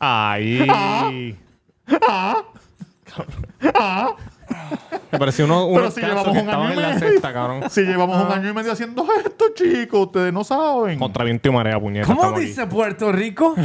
Ay. Me pareció uno Pero si llevamos un año y en la medio. cesta, cabrón. Si llevamos un año y medio haciendo esto, chicos, ustedes no saben. Contra viento y marea, puñeta. ¿Cómo estamos dice Puerto Rico?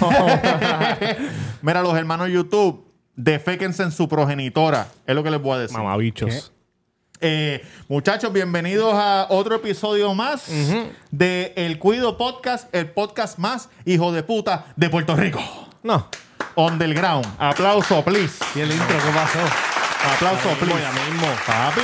Mira, los hermanos de YouTube, deféquense en su progenitora. Es lo que les voy a aquí. decir. Mamabichos. Muchachos, bienvenidos a otro episodio más de El Cuido Podcast, el podcast más hijo de puta de Puerto Rico. No. Underground. Aplauso, please. ¿Y el intro qué pasó? Aplauso, please. Ya mismo. Papi.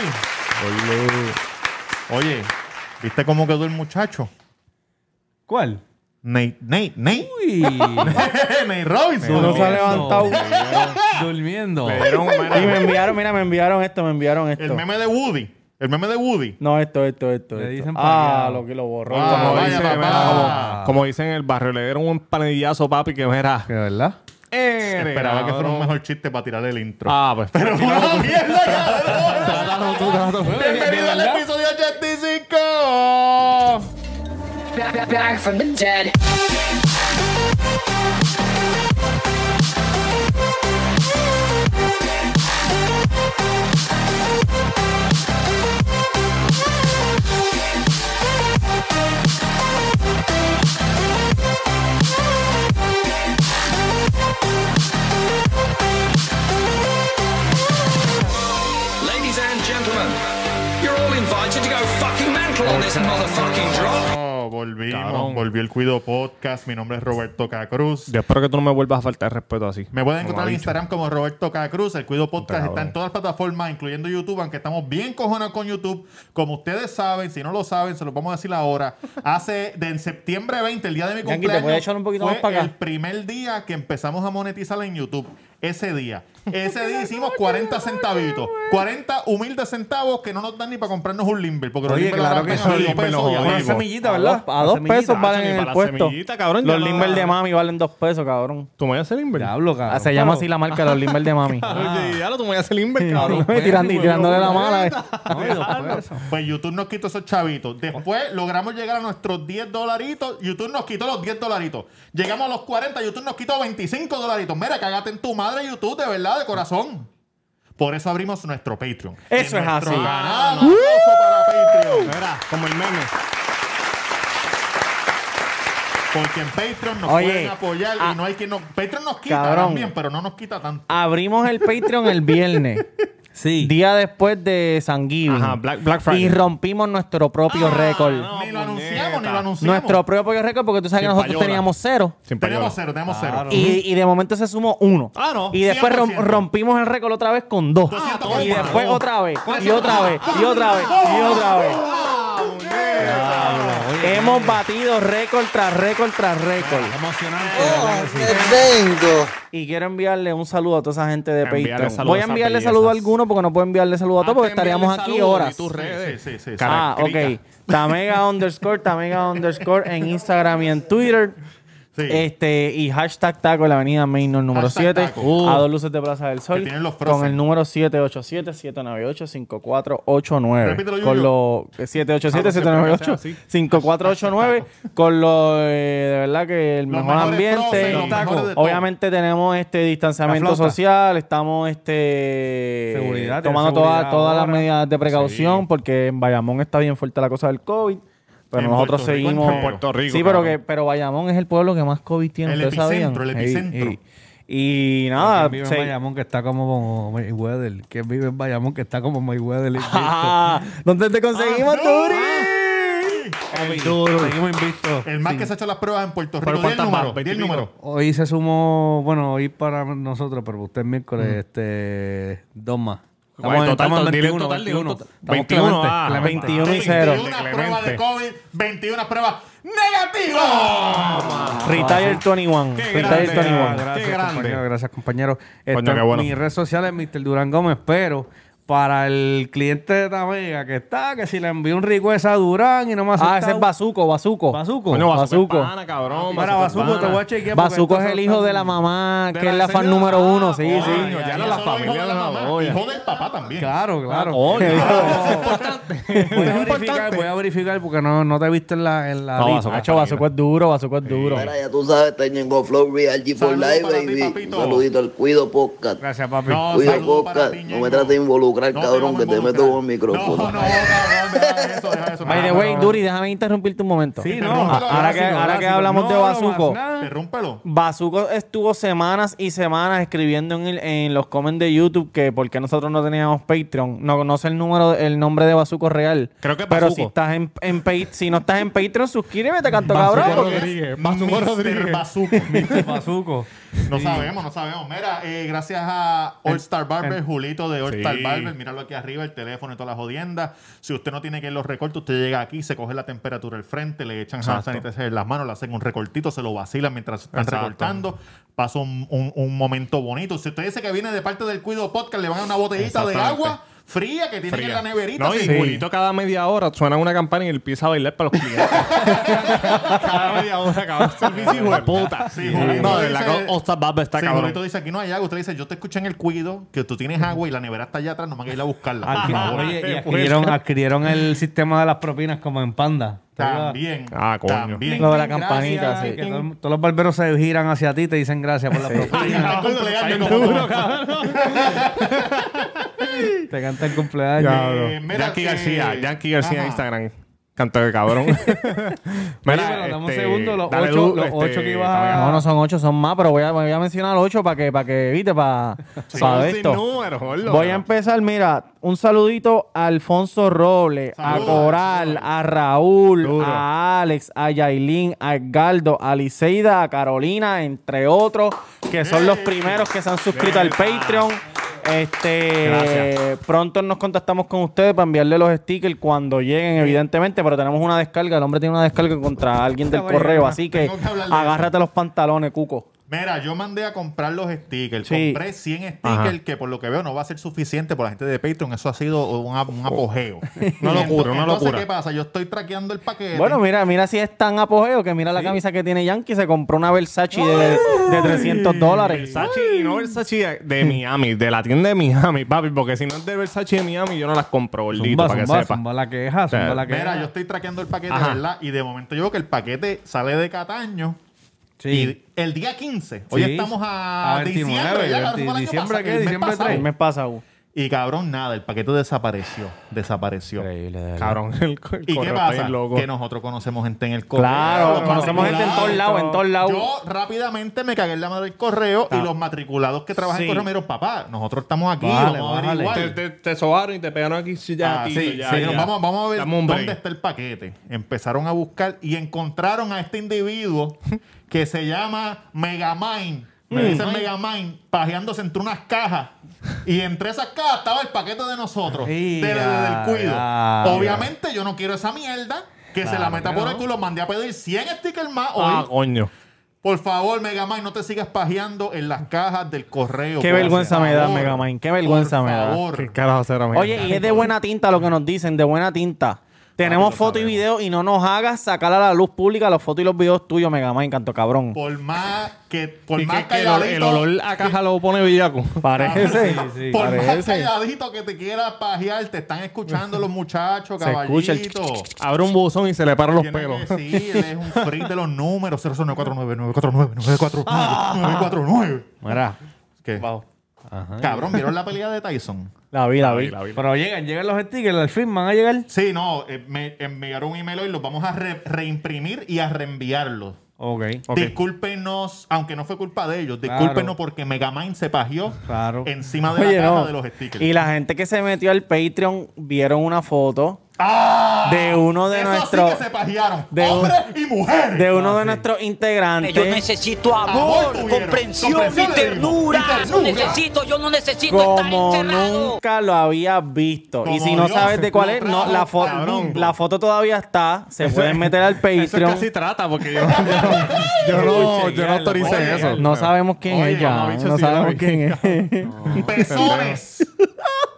Oye, ¿viste cómo quedó el muchacho? ¿Cuál? Nate. Uy. Nate Robinson. Uno se ha levantado. Durmiendo. Pero, Y me enviaron esto. El meme de Woody. El meme de Woody. No, esto. Le dicen Ah, paqueado. lo que lo borró. Ah, como, vaya, dice, papá. mira, como dicen en el barrio, le dieron un panedillazo, papi, que verá. ¿De verdad? Esperaba que fuera un mejor chiste para tirar el intro. Ah, pues. Pero una mierda, cabrón. Trátalo tú. Bienvenido al verdad? episodio 85. Back from the dead. Ladies and gentlemen, you're all invited to go fucking mental on this motherfucking drop. Volvimos. Cabrón. Volvió el Cuido Podcast. Mi nombre es Roberto Cacruz. Yo espero que tú no me vuelvas a faltar respeto así. Me pueden encontrar en Mamabicho. Instagram como Roberto Cacruz. El Cuido Podcast Cabrón. está en todas las plataformas, incluyendo YouTube, aunque estamos bien cojonados con YouTube. Como ustedes saben, si no lo saben, se los vamos a decir ahora. En septiembre 20, el día de mi Yankee, ¿te cumpleaños, puedes echar un poquito fue más para acá? el primer día que empezamos a monetizar en YouTube. Ese día hicimos 40 centavitos. 40 humildes centavos que no nos dan ni para comprarnos un Limber. Porque los Oye, Limber claro ahora que están a sí, 2 Limber pesos los y a jodimos. Una algo. semillita, ¿verdad? A 2 pesos Tacho, valen ni en para el la puesto. semillita, cabrón, Los ya Limber no- de mami valen 2 pesos, cabrón. ¿Tú me vas a hacer Limber? Diablo, cabrón. Ah, se llama así la marca, los Limber de mami. Oye, ya lo tú me vas a hacer Limber, cabrón. Tirándole la mala. No, y 2 pesos. Pues YouTube nos quitó esos chavitos. Después logramos llegar a nuestros $10. YouTube nos quitó los $10. Llegamos a los 40. YouTube nos quitó $25. Mira, cágate en tu madre, YouTube, de verdad, de corazón. Por eso abrimos nuestro Patreon. Eso En es nuestro así. canal, un aplauso para Patreon. Mira, como el meme. Porque en Patreon nos Oye, pueden apoyar y no hay quien nos... Patreon nos quita cabrón. también, pero no nos quita tanto. Abrimos el Patreon el viernes. Sí. Día después de San Giving. Ajá, Black Friday. Y rompimos nuestro propio récord. no. Ni lo anunciamos, puñeta. ni lo anunciamos. Nuestro propio récord, porque tú sabes que Sin nosotros payola. teníamos 0. Sin Tenemos payola. 0, tenemos 0. Claro. Y de momento se sumó 1. Ah, no. Y después 100%. rompimos el récord otra vez con 2. 200%. Y después otra vez. Y otra vez. Y otra vez. Y otra vez. Hemos batido récord tras récord tras récord. Emocionante. ¿verdad que sí? Y quiero enviarle un saludo a toda esa gente de Envíale Patreon. saludos Voy a a esas enviarle bellezas. saludo a algunos porque no puedo enviarle saludo a todos porque estaríamos aquí horas. Y tus redes. Sí. Ah, ok. Tamega underscore en Instagram y en Twitter. Sí. Y hashtag taco en la avenida Mainor número Hashtag 7 taco. a 2 luces de Plaza del Sol Que tienen los frozen. con el número 787-798-5489 Repítelo, con Yuyo. los 787-798-5489 con lo de verdad que el Los mejor mejores ambiente. frozen, los mejores de todo. Obviamente tenemos distanciamiento La flota. social, estamos Seguridad, tomando seguridad todas las ahora. medidas de precaución porque en Bayamón está bien fuerte la cosa del COVID. Pero En nosotros Puerto Rico seguimos entero. Puerto Rico, Sí, cabrón. pero Bayamón es el pueblo que más COVID tiene. El ¿Ustedes sabían? epicentro, el Ey, epicentro. ey. Y nada, Vive en Bayamón que está como Mayweather. Que vive en Bayamón que está como Mayweather. ¿Dónde te conseguimos, Turi? Seguimos invictos. El más que se ha hecho las pruebas en Puerto ¿Pero Rico. 10 cuántas números. van? 20 y 10 pico. números. Hoy se sumó, bueno, hoy para nosotros, pero usted es miércoles, 2 más. Bueno, Estamos en dile 21, total, dile 21. total. Estamos 21, Clemente, ah, Clemente. 21 y 0. 21 pruebas de COVID, 21 pruebas negativas. Retire 21. Qué Retire grande, 21. Gracias, Qué grande. compañero. Gracias, compañero. Coño, qué bueno. Mis redes sociales, Mr. Durán Gómez, pero para el cliente de Tamega que si le envío un request a Durán y no me ha Ese es Bazuco. ¿Bazuco? Coño, Bazuco Bazuco. es pana, cabrón. Mira, Bazuco, te voy a chequear. porque Bazuco es esto el está- hijo de la mamá, De que la es la fan señora. número 1. Sí, Coño, sí. ya Y no no la solo familia hijo de de la la mamá, olla. hijo del papá también. Claro. Coño, Voy a verificar porque no te he visto en la No, lista. Bazuco. Bazuco es duro. Mira, ya tú sabes, Tengo Flow Real G for Saludos Life, para ti, baby. papito. Un saludito al Cuido Podcast. Gracias, papi. No, Cuido saludos para Podcast. ti, No Ñengo. me trates de involucrar, No cabrón, vamos a que te meto involucrar. con el micrófono. No, cabrón, deja eso. By the way, Duri, déjame interrumpirte un momento. Sí, no. Ahora que hablamos de Bazuco. Interrúmpelo. Bazuco estuvo semanas y semanas escribiendo en los comments de YouTube que por qué nosotros no teníamos Patreon. No conoce el nombre de Bazuco real. Creo que es Pero Bazuco. si estás si no estás en Patreon, suscríbete, canto cabrón. porque- Bazuco Mr. Rodríguez. Bazuco. Bazuco. No sabemos. Mira, gracias a All Star Barber, Julito de All Star Barber. Míralo aquí arriba, el teléfono y todas las jodiendas. Si usted no tiene que ir los recortes, usted llega aquí, se coge la temperatura al frente, le echan hand sanitizer en las manos, le hacen un recortito, se lo vacilan mientras están Exacto. recortando. Pasa un momento bonito. Si usted dice que viene de parte del Cuido Podcast, le van a dar una botellita de Exactamente. agua fría que tiene en la neverita. No, y sí. Julito cada media hora suena una campana y él empieza a bailar para los clientes. Cada media hora, cabrón. Servicio hijo de puta. Sí, Julito No, de dice- la All-Star Barber está Sí, cabrón. Julito dice, aquí no hay agua. Usted dice, yo te escuché en el Cuido que tú tienes agua y la nevera está allá atrás, no me hagas ir a buscarla. por favor. Oye, y adquirieron el sistema de las propinas como en Panda. También. Ah, coño. También. Lo de la campanita, Gracias, sí. que todos los barberos se giran hacia ti y te dicen gracias por la propina. Está el cumpleaños como duro, tú. cabrón. Te canta el cumpleaños. Mira, Yankee García en Instagram. Canto de cabrón. pero dame un segundo, los dale ocho- luz, los ocho que ibas a- No son 8, son más, pero voy a mencionar 8 para que viste, para esto. Voy a empezar, mira, un saludito a Alfonso Robles, a Saludos. Coral, a Raúl, a Alex, a Yailin, a Edgardo, a Liceida, a Carolina, entre otros, que son los primeros que se han suscrito al Patreon. Gracias. Pronto nos contactamos con ustedes para enviarle los stickers cuando lleguen, evidentemente, pero tenemos una descarga. El hombre tiene una descarga contra alguien del correo, así que Tengo que hablar de agárrate los pantalones, Cuco. Mira, yo mandé a comprar los stickers. Sí. Compré 100 stickers que por lo que veo no va a ser suficiente por la gente de Patreon. Eso ha sido un apogeo. Una locura, una Entonces, locura. ¿qué pasa? Yo estoy traqueando el paquete. Bueno, mira si es tan apogeo que mira la camisa que tiene Yankee. Se compró una Versace de $300. Versace y no Versace de Miami, de la tienda de Miami, papi, porque si no es de Versace de Miami, yo no las compro, gordito, para que sepa. Zumba la queja, zumba la queja. Mira, yo estoy traqueando el paquete, Ajá. ¿verdad? Y de momento yo veo que el paquete sale de Cataño. Sí. Y el día 15. Hoy Sí. estamos a 29, diciembre. Ya, 20, el año ¿diciembre pasado, qué? el mes ¿Diciembre pasado. 3? El mes pasado. Y cabrón, nada. El paquete desapareció. Cabrón, el ¿Y correo qué está pasa? bien loco. Que nosotros conocemos gente en el correo. Claro, Los conocemos gente en todos lados, en todos lados. Yo rápidamente me cagué en la madre del correo y los matriculados que trabajan en Sí. el correo me dijeron, papá, nosotros estamos aquí, Bájale, vamos a bájale. averiguar. Te sobaron y te pegaron aquí ya. Ah, Tito, sí, ya, sí, ya. vamos a ver Dame un dónde break. está el paquete. Empezaron a buscar y encontraron a este individuo que se llama Megamind. Me dicen Megamind, pajeándose entre unas cajas. Y entre esas cajas estaba el paquete de nosotros, del cuido. Obviamente yo no quiero esa mierda. Que se la meta por el culo. Mandé a pedir 100 stickers más hoy. Ah, coño. Por favor, Megamind, no te sigas pajeando en las cajas del correo. Qué por vergüenza me da, favor. Megamind. Qué vergüenza Por me da. favor. ¿Qué carajo será, Oye, y es de buena tinta lo que nos dicen, de buena tinta. Tenemos fotos y videos y no nos hagas sacar a la luz pública las fotos y los videos tuyos, Megamind, canto cabrón. Por más que... Por ¿Y más que el olor a caja lo pone bellaco? Parece. sí. Por más Parece. calladito que te quieras pajear, te están escuchando los muchachos, Se escucha el- caballito. Abre un buzón y se le paran los Tiene pelos. que sí, él es un freak de los números. 949-949-949. Mira. ¿Qué? Cabrón, ¿vieron la pelea de Tyson? La vi. Pero llegan los stickers, al fin van a llegar. Sí, no, me enviaron un email hoy, los vamos a reimprimir y a reenviarlos. Ok. Discúlpenos, aunque no fue culpa de ellos, discúlpenos porque Megamind se pajeó Claro. encima de Oye, la caja no. de los stickers. Y la gente que se metió al Patreon vieron una foto ¡Ah! de uno de Eso nuestros... sí que se pajearon, de un- hombres y mujeres. De uno de nuestros integrantes. Yo necesito Amor amor, tuvieron, comprensión comprensión y le dimos, ternura. y ternura. Yo no necesito estar Como encerrado. nunca lo habías visto. Y Como si no Dios sabes de cuál lo es, no, trajo la, al mundo. la foto todavía está. Se pueden meter al Eso es Patreon. casi trata, porque yo no autoricé oye, eso. No sabemos quién Oye, es ya. mamabicho, No sí lo sabemos vi. quién es. Pezones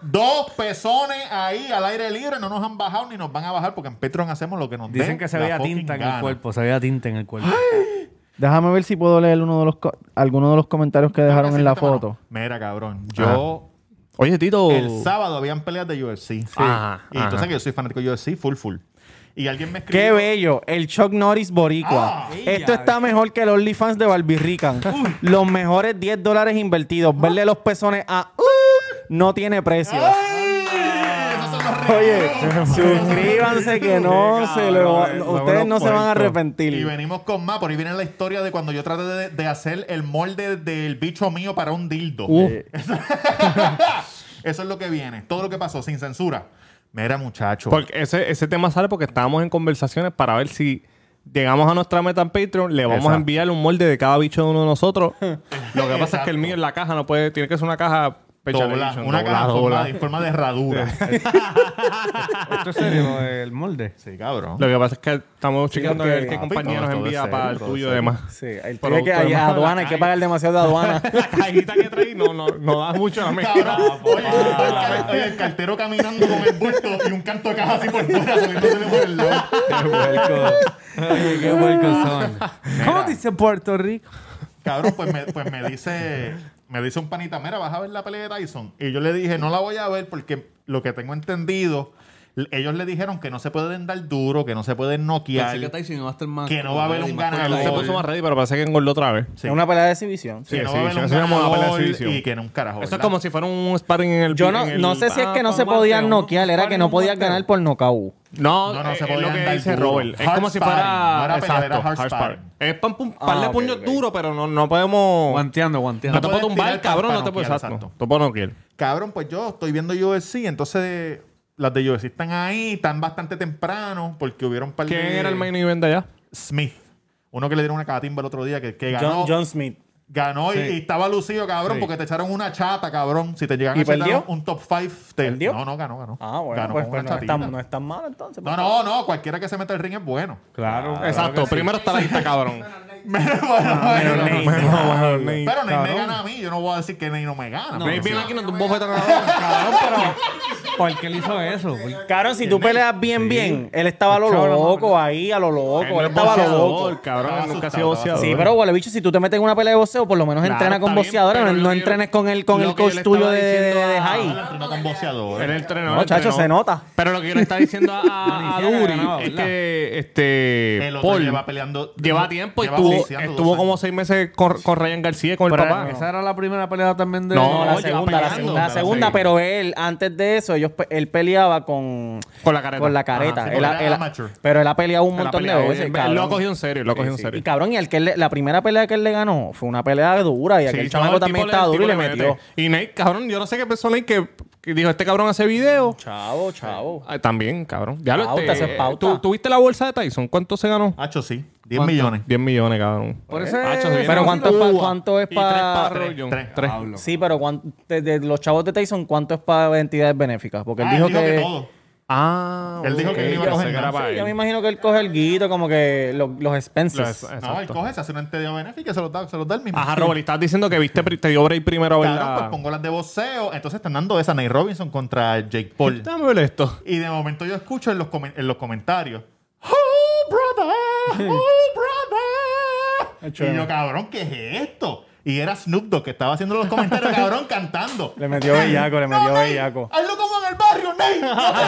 2 pezones ahí al aire libre. No nos han bajado ni nos van a bajar porque en Patreon hacemos lo que nos Dicen dé que se la veía fucking tinta en gana. el cuerpo. Se veía tinta en el cuerpo. Déjame ver si puedo leer alguno de los comentarios que dejaron en la foto. Mira, cabrón. Yo... Oye, Tito. El sábado habían peleas de UFC. Sí. Ajá, Y tú sabes que yo soy fanático de UFC full. Y alguien me escribió... Qué bello, el Chuck Norris boricua. Esto está mejor que el OnlyFans de Barbie Rican. Los mejores $10 invertidos. Verle los pezones a... no tiene precio. ¡Ay! Esos son los Oye, reviews. suscríbanse que no se lo... Ustedes no se van a arrepentir. Y venimos con más. Por ahí viene la historia de cuando yo traté de hacer el molde del bicho mío para un dildo. Eso es lo que viene. Todo lo que pasó, sin censura. Mira, muchacho. Porque ese tema sale porque estábamos en conversaciones para ver si llegamos a nuestra meta en Patreon, le vamos a enviar un molde de cada bicho de uno de nosotros. Lo que pasa es que el mío en la caja no puede, tiene que ser una caja Una caja en forma de herradura. ¿Esto es serio, el molde? Sí, cabrón. Lo que pasa es que estamos chequeando a ver qué papi, compañía nos todo envía serio, para el todo tuyo y serio. demás. Sí, el Pero que hay aduana, hay que pagar demasiado de aduana. La cajita que traí no da mucho a la mezcla. Cabrón, oye, el cartero caminando con el bulto y un canto de caja así por fuera, saliéndose por el lado. Qué puercos son. ¿Cómo dice Puerto Rico? Cabrón, pues me dice un panita, mira, vas a ver la pelea de Tyson. Y yo le dije, no la voy a ver porque lo que tengo entendido, ellos le dijeron que no se pueden dar duro, que no se pueden noquear, que no va a haber un Se ganador. puso más ready, pero parece que engordó otra vez. Sí. Es una pelea de exhibición. Que no sí, va a haber sí, un eso se llama una pelea de ganador exhibición. y que no un carajo. Eso es ¿verdad? como si fuera un sparring en el... Yo no sé si es que no se podían noquear, era que no podías ganar por nocaut. No, No se es podían lo que dar dice duro. Robert. Es Hard como si sparring. fuera... No era pelea, exacto, era hard hard sparring. sparring. Es par de ok, puños ok. duros, pero no podemos... Guanteando. No te puedes puedes tumbar, tirar cabrón. para No te puedes... noquear, Exacto. exacto. Tú puedes noquear. Cabrón, pues yo estoy viendo UFC, entonces las de UFC están ahí, están bastante temprano, porque hubieron un par ¿Quién de... era el main event de allá? Smith. Uno que le dieron una catimba el otro día, que ganó. John Smith. Ganó y estaba lucido, cabrón, porque te echaron una chata, cabrón. Si te llegan ¿Y a echar perdió? un top 5, ¿Perdió? No, ganó. Ah, bueno, Ganó pues con una no es chatita. tan- no es tan malo entonces. No, cualquiera que se meta el ring es bueno. Claro. Exacto. Primero está la lista, cabrón. Pero Ney me cabrón. gana a mí, yo no voy a decir que Ney no me gana. Nate viene aquí y nos da un bofetón. Cabrón, pero ¿por qué él hizo eso? Cabrón, si tú peleas bien, él estaba a lo loco ahí, a lo loco. Él estaba a lo loco. Cabrón, Estaba nunca ha asustado, sido boxeador. Sí, pero huele bicho, si tú te metes en una pelea de boxeo, por lo menos Claro, entrena con está bien, boxeadores, pero no lo que entrenes con el lo que yo coach le tuyo estaba diciendo de a- high. No con boxeador. Era el entrenador. No, chacho, se nota. Pero lo que yo le estaba diciendo a Ni siquiera Duri ganaba, es ¿verdad? que El otro Paul lleva peleando. lleva tiempo y lleva estuvo boxeando 2 como años. 6 meses con Ryan García y con el Pero papá. esa era la primera pelea también de... No, La lleva segunda, peleando. la segunda, pero él, antes de eso, él peleaba con Con la careta. Con la careta. Ajá, sí, Él- porque era él- amateur. pero él ha peleado un Él ha montón de peleado, veces. él cabrón. lo ha cogido en serio, lo ha cogido en serio. Y cabrón, y la primera pelea que él le ganó fue una pelea dura y aquel Sí, chamaco el también tipo estaba el duro y le tipo metió. mete. Y Nate, cabrón, yo no sé qué pensó Nate que dijo, este cabrón hace video. Chavo. Ah, también, cabrón. Ya Pauta, eso es pauta. ¿Tú viste la bolsa de Tyson? ¿Cuánto se ganó? Hacho, sí. 10 millones. 10 millones, cabrón. Por ese- Hacho, se viene Pero así ¿cuánto, la uva. cuánto es Y 3 para para... Roy Jones. Tres. Sí, pero de los chavos de Tyson, ¿cuánto es para entidades benéficas? Porque él dijo que... todo. Ah, Él dijo que no iba a yo coger pensé que era nada. para Sí, yo me él. imagino que él coge el guito, como que los expenses. No, él Exacto. coge, se hace una entidad benéfica y se los da el mismo. Ajá, Robert, y estás diciendo que te dio break primero a Cabrón, verla. pues pongo las de boxeo. Entonces están dando esa Nate Robinson contra Jake Paul. Déjame ver esto. Y de momento yo escucho en los comentarios. ¡Oh, brother! ¡Oh, brother! Y yo, cabrón, ¿qué es esto? Y era Snoop Dogg que estaba haciendo los comentarios, cabrón, cantando. Le metió bellaco, le metió Nate, bellaco. ¡Hazlo como en el barrio, Nate!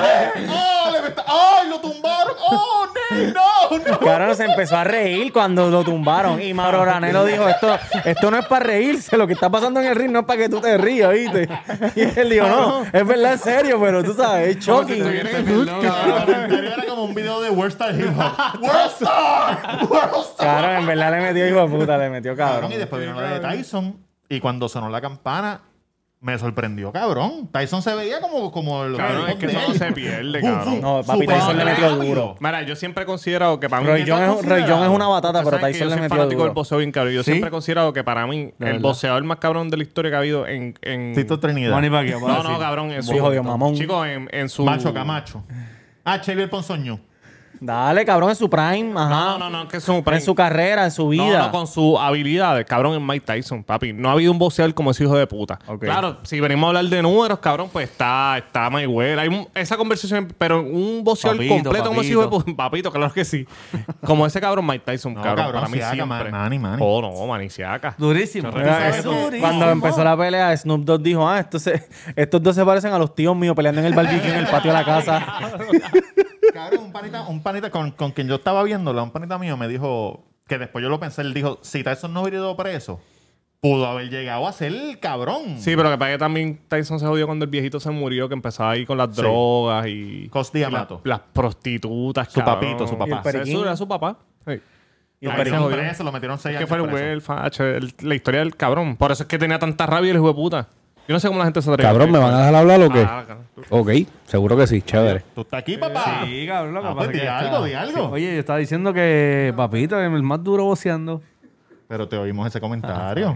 ¡Ay, lo tumbaron! ¡Oh, Nate, no! Cabrón, se empezó a reír cuando lo tumbaron. Y Mauro Ranelo dijo, esto no es para reírse. Lo que está pasando en el ring no es para que tú te rías, ¿viste? Y él dijo, no, es verdad, en serio, pero tú sabes, es shocking. Cabrón, el comentario era como un video de World Star Hip Hop. ¡World Star! ¡World Star! Cabrón, en verdad le metió, hijo de puta, le metió cabrón. Cabrón, y después vino la de Tyson. Y cuando sonó la campana, me sorprendió, cabrón. Tyson se veía como los Cabrón, es que eso no se pierde, cabrón. No, papi, Tyson le metió duro. Mira, yo siempre he considerado que para mí... Roy Jones es una batata, pero ¿Sabes que Tyson yo le soy metió fanático del duro. boxeo bien cabrón. Yo siempre he considerado que para mí el boxeador más cabrón de la historia que ha habido en... Tito Trinidad. Manny Pacquiao, No, cabrón. En su... Hijo de mamón. Chico, en su... Macho Camacho. Xavier Ponzoño. Dale, cabrón, en su prime. Ajá. No, que es un prime. En su carrera, en su vida. No, con sus habilidades, cabrón, en Mike Tyson, papi. No ha habido un boxeador como ese hijo de puta. Ok. Claro, si venimos a hablar de números, cabrón, pues está Mayweather. Hay esa conversación, pero un boxeador Papito, completo como ese hijo de papito. puta. Papito, claro que sí. Como ese cabrón Mike Tyson, No, cabrón. cabrón, Para mí Siaka, siempre. Manny. Oh, no, Maniciaca. Durísimo. sabes tú. Cuando empezó la pelea, Snoop Dogg dijo, estos dos se parecen a los tíos míos peleando en el barbecue en el patio de la casa. Cabrón, un panita con quien yo estaba viéndolo, un panita mío me dijo, que después yo lo pensé, él dijo, si Tyson no hubiera ido preso, pudo haber llegado a ser el cabrón. Sí, pero que para que también Tyson se jodió cuando el viejito se murió, que empezaba ahí con las Sí. drogas y... Cos D'Amato. Las prostitutas, Su cabrón. papito, su papá. Y el periquín. Eso era su papá. Sí. Lo Ahí se metieron jodió. preso, lo metieron 6 Que años fue el preso. huérfano, la historia del cabrón. Por eso es que tenía tanta rabia el hijo de puta. Yo no sé cómo la gente se atreve. Cabrón, ¿me van a dejar hablar o qué? Cabrón. Ok, seguro que sí, chévere. ¿Tú estás aquí, papá? Sí, cabrón, lo que Ah, pasa pues es que di algo, di algo. Sí, oye, yo estaba diciendo que papito es el más duro boceando. Pero te oímos ese comentario.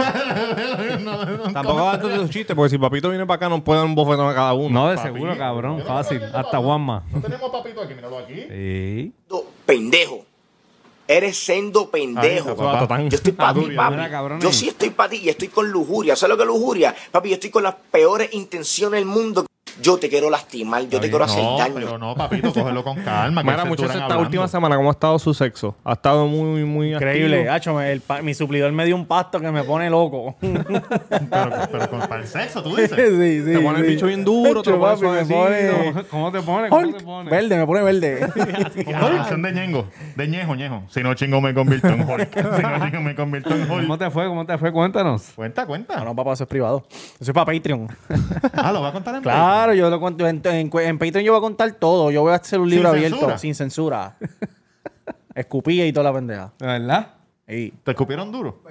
Tampoco va a hacer tus chistes, porque si papito viene para acá no puede dar un bofetón a cada uno. No, de seguro, cabrón, fácil. Hasta Juanma. No tenemos papito aquí, míralo aquí. Sí. Pendejo. Eres sendo pendejo. Ay, papá. Yo estoy para ti, papi. Mira, cabrones. Yo sí estoy para ti y estoy con lujuria. ¿Sabes lo que es lujuria? Papi, yo estoy con las peores intenciones del mundo. Yo te quiero lastimar, yo te quiero hacer No, daño. pero no, papito, cógelo con calma. Mira, muchachos, esta última semana, ¿cómo ha estado su sexo? Ha estado muy, muy Increíble. activo. Hacho, mi suplidor me dio un pasto que me pone loco. Pero para el sexo, tú dices. sí, Te pone el bicho bien duro, te lo pone Hacho, papi, me suavecito. pone... ¿Cómo te pone? ¿Cómo te Hulk, pone? verde, me pone verde. Como la canción de Ñengo. De Ñejo. Si no chingo me convierto en Hulk. Si no chingo me convierto en ¿Cómo Hulk. te fue? ¿Cómo te fue? Cuéntanos. Cuenta. No, papá, eso es privado. Eso es para Patreon. Ah, ¿lo va a contar en Claro, yo lo cuento. En Patreon yo voy a contar todo. Yo voy a hacer un libro ¿Sin abierto, censura? sin censura. Escupía y toda la pendeja. ¿De verdad? Ey, ¿Te escupieron duro?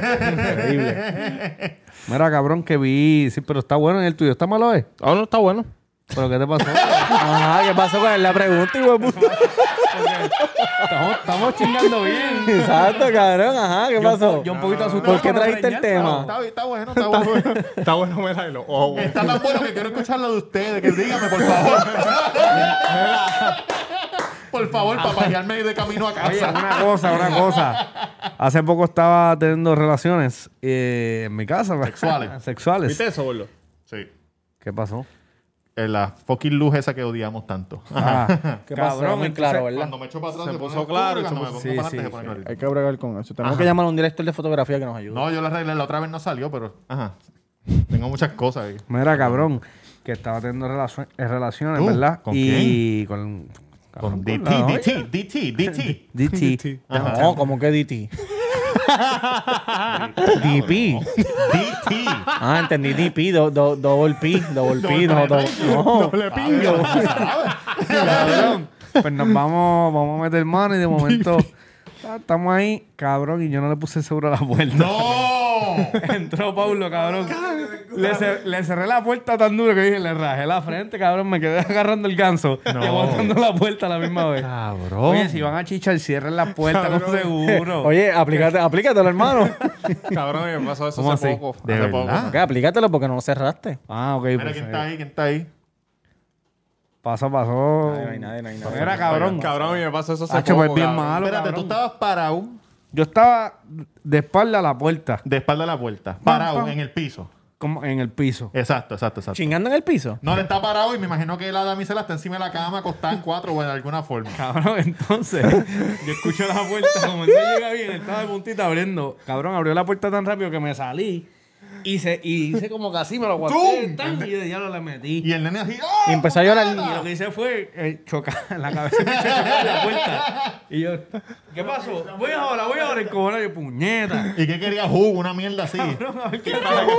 increíble. Mira, cabrón, que vi. Sí, pero está bueno en el tuyo. ¿Está malo, Oh, no, está bueno. ¿Pero qué te pasó? Ajá, ¿qué pasó con la pregunta, hijo de puta? estamos chingando bien. Exacto, cabrón. Ajá, ¿qué pasó? Yo un poquito asustado. ¿Por qué para trajiste el reñar. tema? Está bueno, está bueno. Está bueno, míralo. Oh, bueno. Está tan bueno que quiero escucharlo de ustedes. Que dígame, por favor. Por favor, para pasearme de camino a Oye, casa. una cosa. Hace poco estaba teniendo relaciones en mi casa. Sexuales. Sexuales. ¿Viste eso, boludo? Sí. ¿Qué pasó? La fucking luz esa que odiamos tanto. Ah, ¿Qué pasó? Muy claro, ¿verdad? Cuando me echo para atrás Se se puso pone claro, oscuro y se cuando me puso- pongo sí, para sí, adelante se sí. pone clarito. Hay que bregar con eso. Tenemos que llamar a un director de fotografía que nos ayude. No, yo la arreglé la otra vez no salió, pero ajá. Tengo muchas cosas ahí. Mira, cabrón, que estaba teniendo relaciones, ¿verdad? ¿con y con Con cabrón, DT, la novia. DT. DT. No, ¿cómo que DT? DP. DT. Ah, entendí DP, double P, no. Doble pingo. Cabrón. Pues nos vamos a meter mano y de momento estamos ahí, cabrón, y yo no le puse seguro a la puerta. ¡No! Entró Paulo, cabrón. Le cerré la puerta tan duro que dije, le rajé la frente, cabrón. Me quedé agarrando el ganso y aguantando la puerta a la misma vez. Cabrón. Oye, si van a chichar, cierren la puerta con seguro. Oye, aplícatelo, hermano. Cabrón, me pasó eso ¿Cómo hace así? poco. ¿De Hace verdad? poco. Ok, aplícatelo porque no lo cerraste. Ah, ok. Mira Pues, quién está ahí, quién está ahí. pasó. No hay nadie. Mira, cabrón. Cabrón, me pasó eso hace Hacho, poco. pues bien cabrón. malo, Espérate, tú cabrón. estabas parado Yo estaba de espalda a la puerta, de espalda a la puerta. Parado pam. en el piso. como en el piso. Exacto. ¿Chingando en el piso? No, le está parado y me imagino que la damisela está encima de la cama, acostada en cuatro o de alguna forma. Cabrón, entonces, yo escucho la puerta, como él no llega bien, él estaba de puntita abriendo. Cabrón, abrió la puerta tan rápido que me salí y hice como que así, me lo aguanté tan, y de ya lo le metí. Y el nene así, ¡oh! Y empezó a llorar. Y lo que hice fue chocar en la cabeza me chocar en la puerta. Y yo, ¿qué pasó? Voy ahora, y como yo, puñeta. ¿Y qué quería jugo? Una mierda así. A ver qué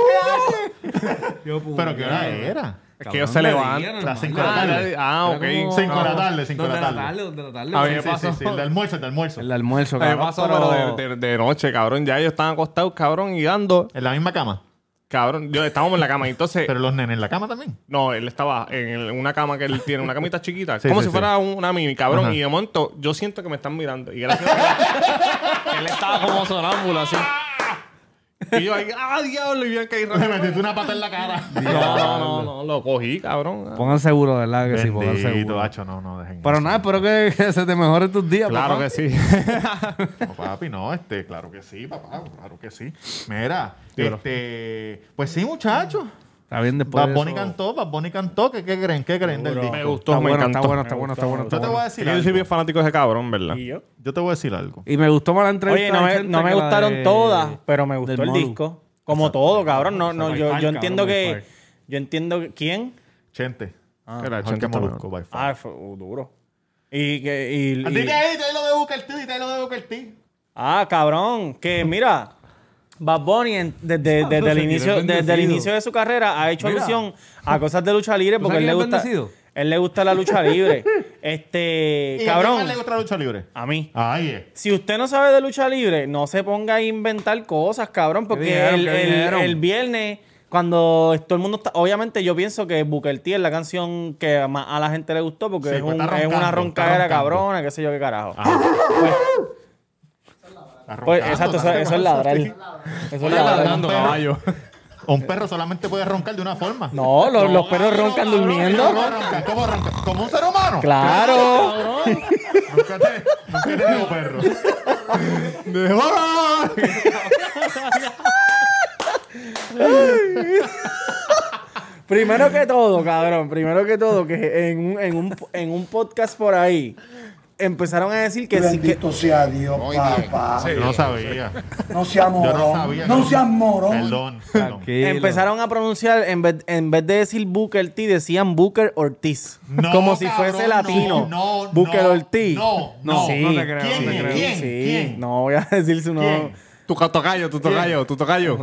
yo, ¿Pero qué hora era? Es que ellos se levantan. Las 5 de la tarde. Ok. 5 de la tarde, 5 de la tarde. 2 de la tarde. A mí Sí, me sí, pasó. sí, el de almuerzo, el de almuerzo. El almuerzo, A mí me cabrón. pasó, pero de noche, cabrón. Ya ellos estaban acostados, cabrón, y dando. En la misma cama. Cabrón, estábamos en la cama. Y entonces, Pero los nenes en la cama también. no, él estaba en una cama que él tiene, una camita chiquita. Sí, como sí, si sí. fuera una mini, cabrón. Ajá. Y de momento, yo siento que me están mirando. Y gracias a Dios, él estaba como sonámbulo, así. Y yo ahí, diablo, y Bianca ahí Le metiste una pata en la cara. No, lo cogí, cabrón. Pongan seguro, ¿verdad? Que sí, pongan Bendito, seguro. Hacho, no, dejen Pero eso. nada, espero que se te mejoren tus días, Claro papá. que sí. No, papi, no, claro que sí, papá, claro que sí. Mira, pues sí, muchachos. Está bien después Bad de Bunny eso. cantó, ¿qué creen del disco? Me gustó, Está me bueno, encantó. está bueno. Yo te voy a decir Yo soy algo. bien fanático de ese cabrón, ¿verdad? Yo te voy a decir algo. Y me gustó más la entrevista. Oye, de no me que la gustaron de- todas, pero me gustó del el Molu. disco. Como todo, cabrón. No, By yo far, entiendo cabrón, que... by far. Yo entiendo que... ¿Quién? Chente. Era Mejor Chente que está Molusco, by far. Fue duro. Y Dile ahí lo de Booker T. cabrón, que mira, Bad Bunny desde el inicio de su carrera ha hecho Mira. alusión a cosas de lucha libre porque sabes él le quién es gusta bendecido? él le gusta la lucha libre. ¿Y a Cabrón, quién le gusta la lucha libre? a mí. Ay, Si usted no sabe de lucha libre, no se ponga a inventar cosas, cabrón, porque dijeron? ¿Qué dijeron? el viernes cuando todo el mundo está... Obviamente yo pienso que Booker T es la canción que más a la gente le gustó porque Sí, es, pues un- está es una roncando, roncadera está roncando. cabrona, qué sé yo qué carajo. Está Pues, roncando, exacto, eso es ladrar. Eso es ladrar. Ladrando, caballo. Un perro solamente puede roncar de una forma. No, los perros roncan cabrón, durmiendo. ¿Cómo ronca? ¿Cómo ronca? ¿Como un ser humano? Claro. Nunca te digo perro. Primero que todo, cabrón, que en un podcast por ahí empezaron a decir que sí que... Bendito sea Dios, papá. Yo no sabía. No seas Yo no morón. sabía. No seas morón. Perdón. Empezaron a pronunciar, en vez de decir Booker T, decían Booker Ortiz. No, como si cabrón, fuese latino. no, Booker no, Ortiz. no, sí. no te creo, ¿Quién? no te creo. ¿Quién? Sí. ¿Quién? No voy a decir su nombre. ¿Quién? Tu tocayo.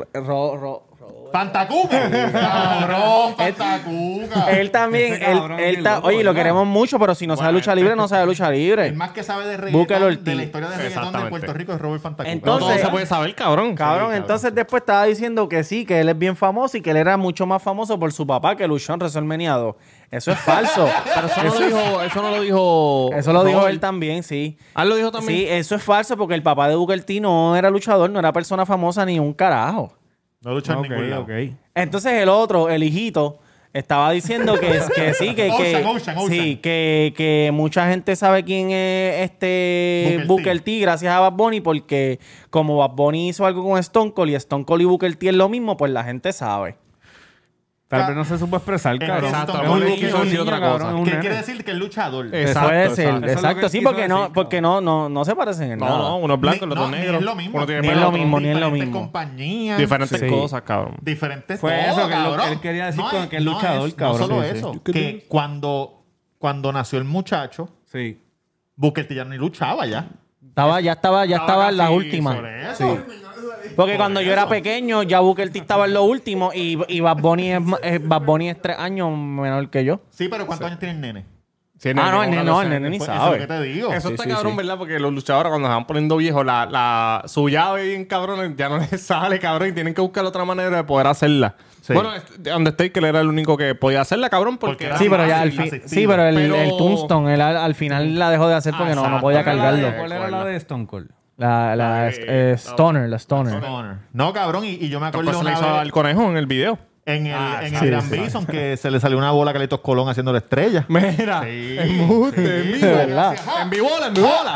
Pantacuca. Cabrón, Pantacuca. Él también, Ese cabrón es bien loco, oye, lo ¿verdad? queremos mucho, pero si no sabe lucha libre, no sabe lucha libre. El más que sabe de Búscalo, reggaetón, Ortiz. de la historia de reggaetón de Exactamente. Puerto Rico es Robert Fantacuca. Entonces- No todo se puede saber, cabrón. Cabrón, entonces después estaba diciendo que sí, que él es bien famoso y que él era mucho más famoso por su papá que luchó en WrestleMania 2. Eso es falso. Pero eso no lo dijo. Eso lo dijo Robert. él también, sí. Ah, ¿lo dijo también? Sí, eso es falso porque el papá de Booker T no era luchador, no era persona famosa ni un carajo. No lucha en ningún lado. Entonces el otro, el hijito, estaba diciendo que sí, Ocean. sí, que mucha gente sabe quién es Booker T gracias a Bad Bunny porque como Bad Bunny hizo algo con Stone Cold y Stone Cold y Booker T es lo mismo, pues la gente sabe. Tal vez no se supo expresar, cabrón. Exacto, Es a lo un mejor niño, quiso decir otra cabrón, cosa. es un ¿Qué nene. quiere decir? Que es luchador. Exacto, Puede ser, exacto. Eso es lo exacto, que sí, quiso porque decir, porque no se parecen en nada. No, uno es blanco, el otro es Ni negro. es lo mismo. Uno tiene Ni es pelo, lo otro mismo, ni es lo Diferentes mismo. compañías. Diferentes Sí. cosas, cabrón. Diferentes Fue todo, eso que cabrón. él quería decir con es- que es luchador, cabrón. No solo Sí, sí. eso. Que cuando nació el muchacho, Sí. Booker T ya ni luchaba ya. Ya estaba en la última. Sobre eso. Porque cuando yo era pequeño, ya Booker T estaba en lo último y Bad Bunny es 3 años menor que yo. Sí, pero ¿cuántos años tiene el nene? Sí, El nene ni Pues eso es lo sabe. que te digo. Eso Sí, está sí, cabrón, sí. ¿verdad? Porque los luchadores cuando se van poniendo viejos, su llave bien cabrón ya no les sale, cabrón, y tienen que buscar otra manera de poder hacerla. Sí. Bueno, donde que él era el único que podía hacerla, cabrón, porque Porque era era Sí, pero ya fácil, asistido. sí, pero Pero- el Tombstone, él al final la dejó de hacer porque no Exacto. podía cargarlo. ¿Cuál era la de Stone Cold? La Stoner. Stoner. No, cabrón, y yo me acuerdo se le una hizo vez al conejo en el video. en el sí, Gran sí. Bison que se le salió una bola a Carlitos Colón haciendo la estrella. Mira, Sí. embuste, en Sí, vivo. ¿verdad? En vivola.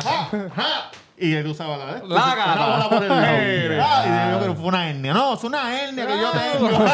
Y él usaba la de La gata. una bola por el lado. Mira. Y yo, pero fue una hernia. No, es una hernia que yo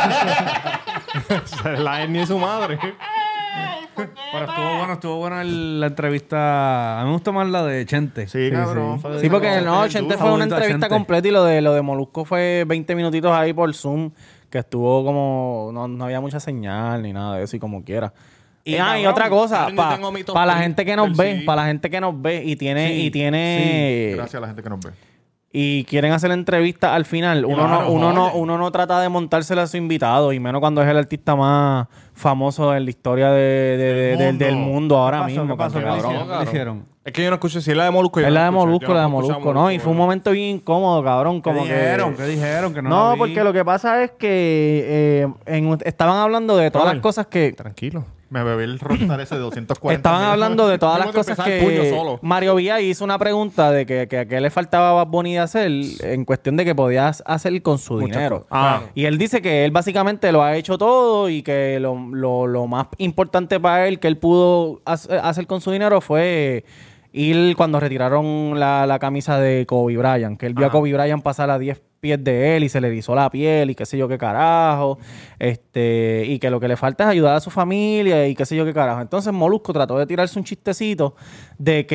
tengo. La hernia y su madre. Pero estuvo buena la entrevista. A mí me gustó más la de Chente. Sí, cabrón. Sí, porque no, Chente fue una Favorito a entrevista Chente. completa y lo de Molusco fue 20 minutitos ahí por Zoom, que estuvo como, no había mucha señal ni nada de eso y como quiera. Y cabrón, otra cosa, cabrón, yo tengo mi top para la 3 gente que nos del ve, CD. para la gente que nos ve y tiene Gracias a la gente que nos ve. y quieren hacer entrevistas al final, Claro, uno no trata de montársela a su invitado y menos cuando es el artista más famoso en la historia del mundo ahora mismo. ¿Qué pasó? porque, cabrón, ¿Qué le hicieron? Es que yo no escucho si es la de Molusco. yo es no la de escucho, Molusco, yo la de no escucho a Molusco, ¿no? Y fue un momento bien incómodo, cabrón. Como ¿Qué dijeron? Que no No, la vi. porque lo que pasa es que estaban hablando de todas las cosas que... Tranquilo. Me bebí el Rockstar ese de 240. Estaban hablando de todas las Tengo que cosas empezar el puño que solo. Mario Villa hizo una pregunta de que a qué le faltaba a Bad Bunny de hacer en cuestión de que podías hacer con su dinero. Y él dice que él básicamente lo ha hecho todo y que lo más importante para él que él pudo hacer con su dinero fue ir cuando retiraron la camisa de Kobe Bryant, que él vio a Kobe Bryant pasar a 10 pies de él y se le erizó la piel y qué sé yo qué carajo, y que lo que le falta es ayudar a su familia y qué sé yo qué carajo. Entonces Molusco trató de tirarse un chistecito de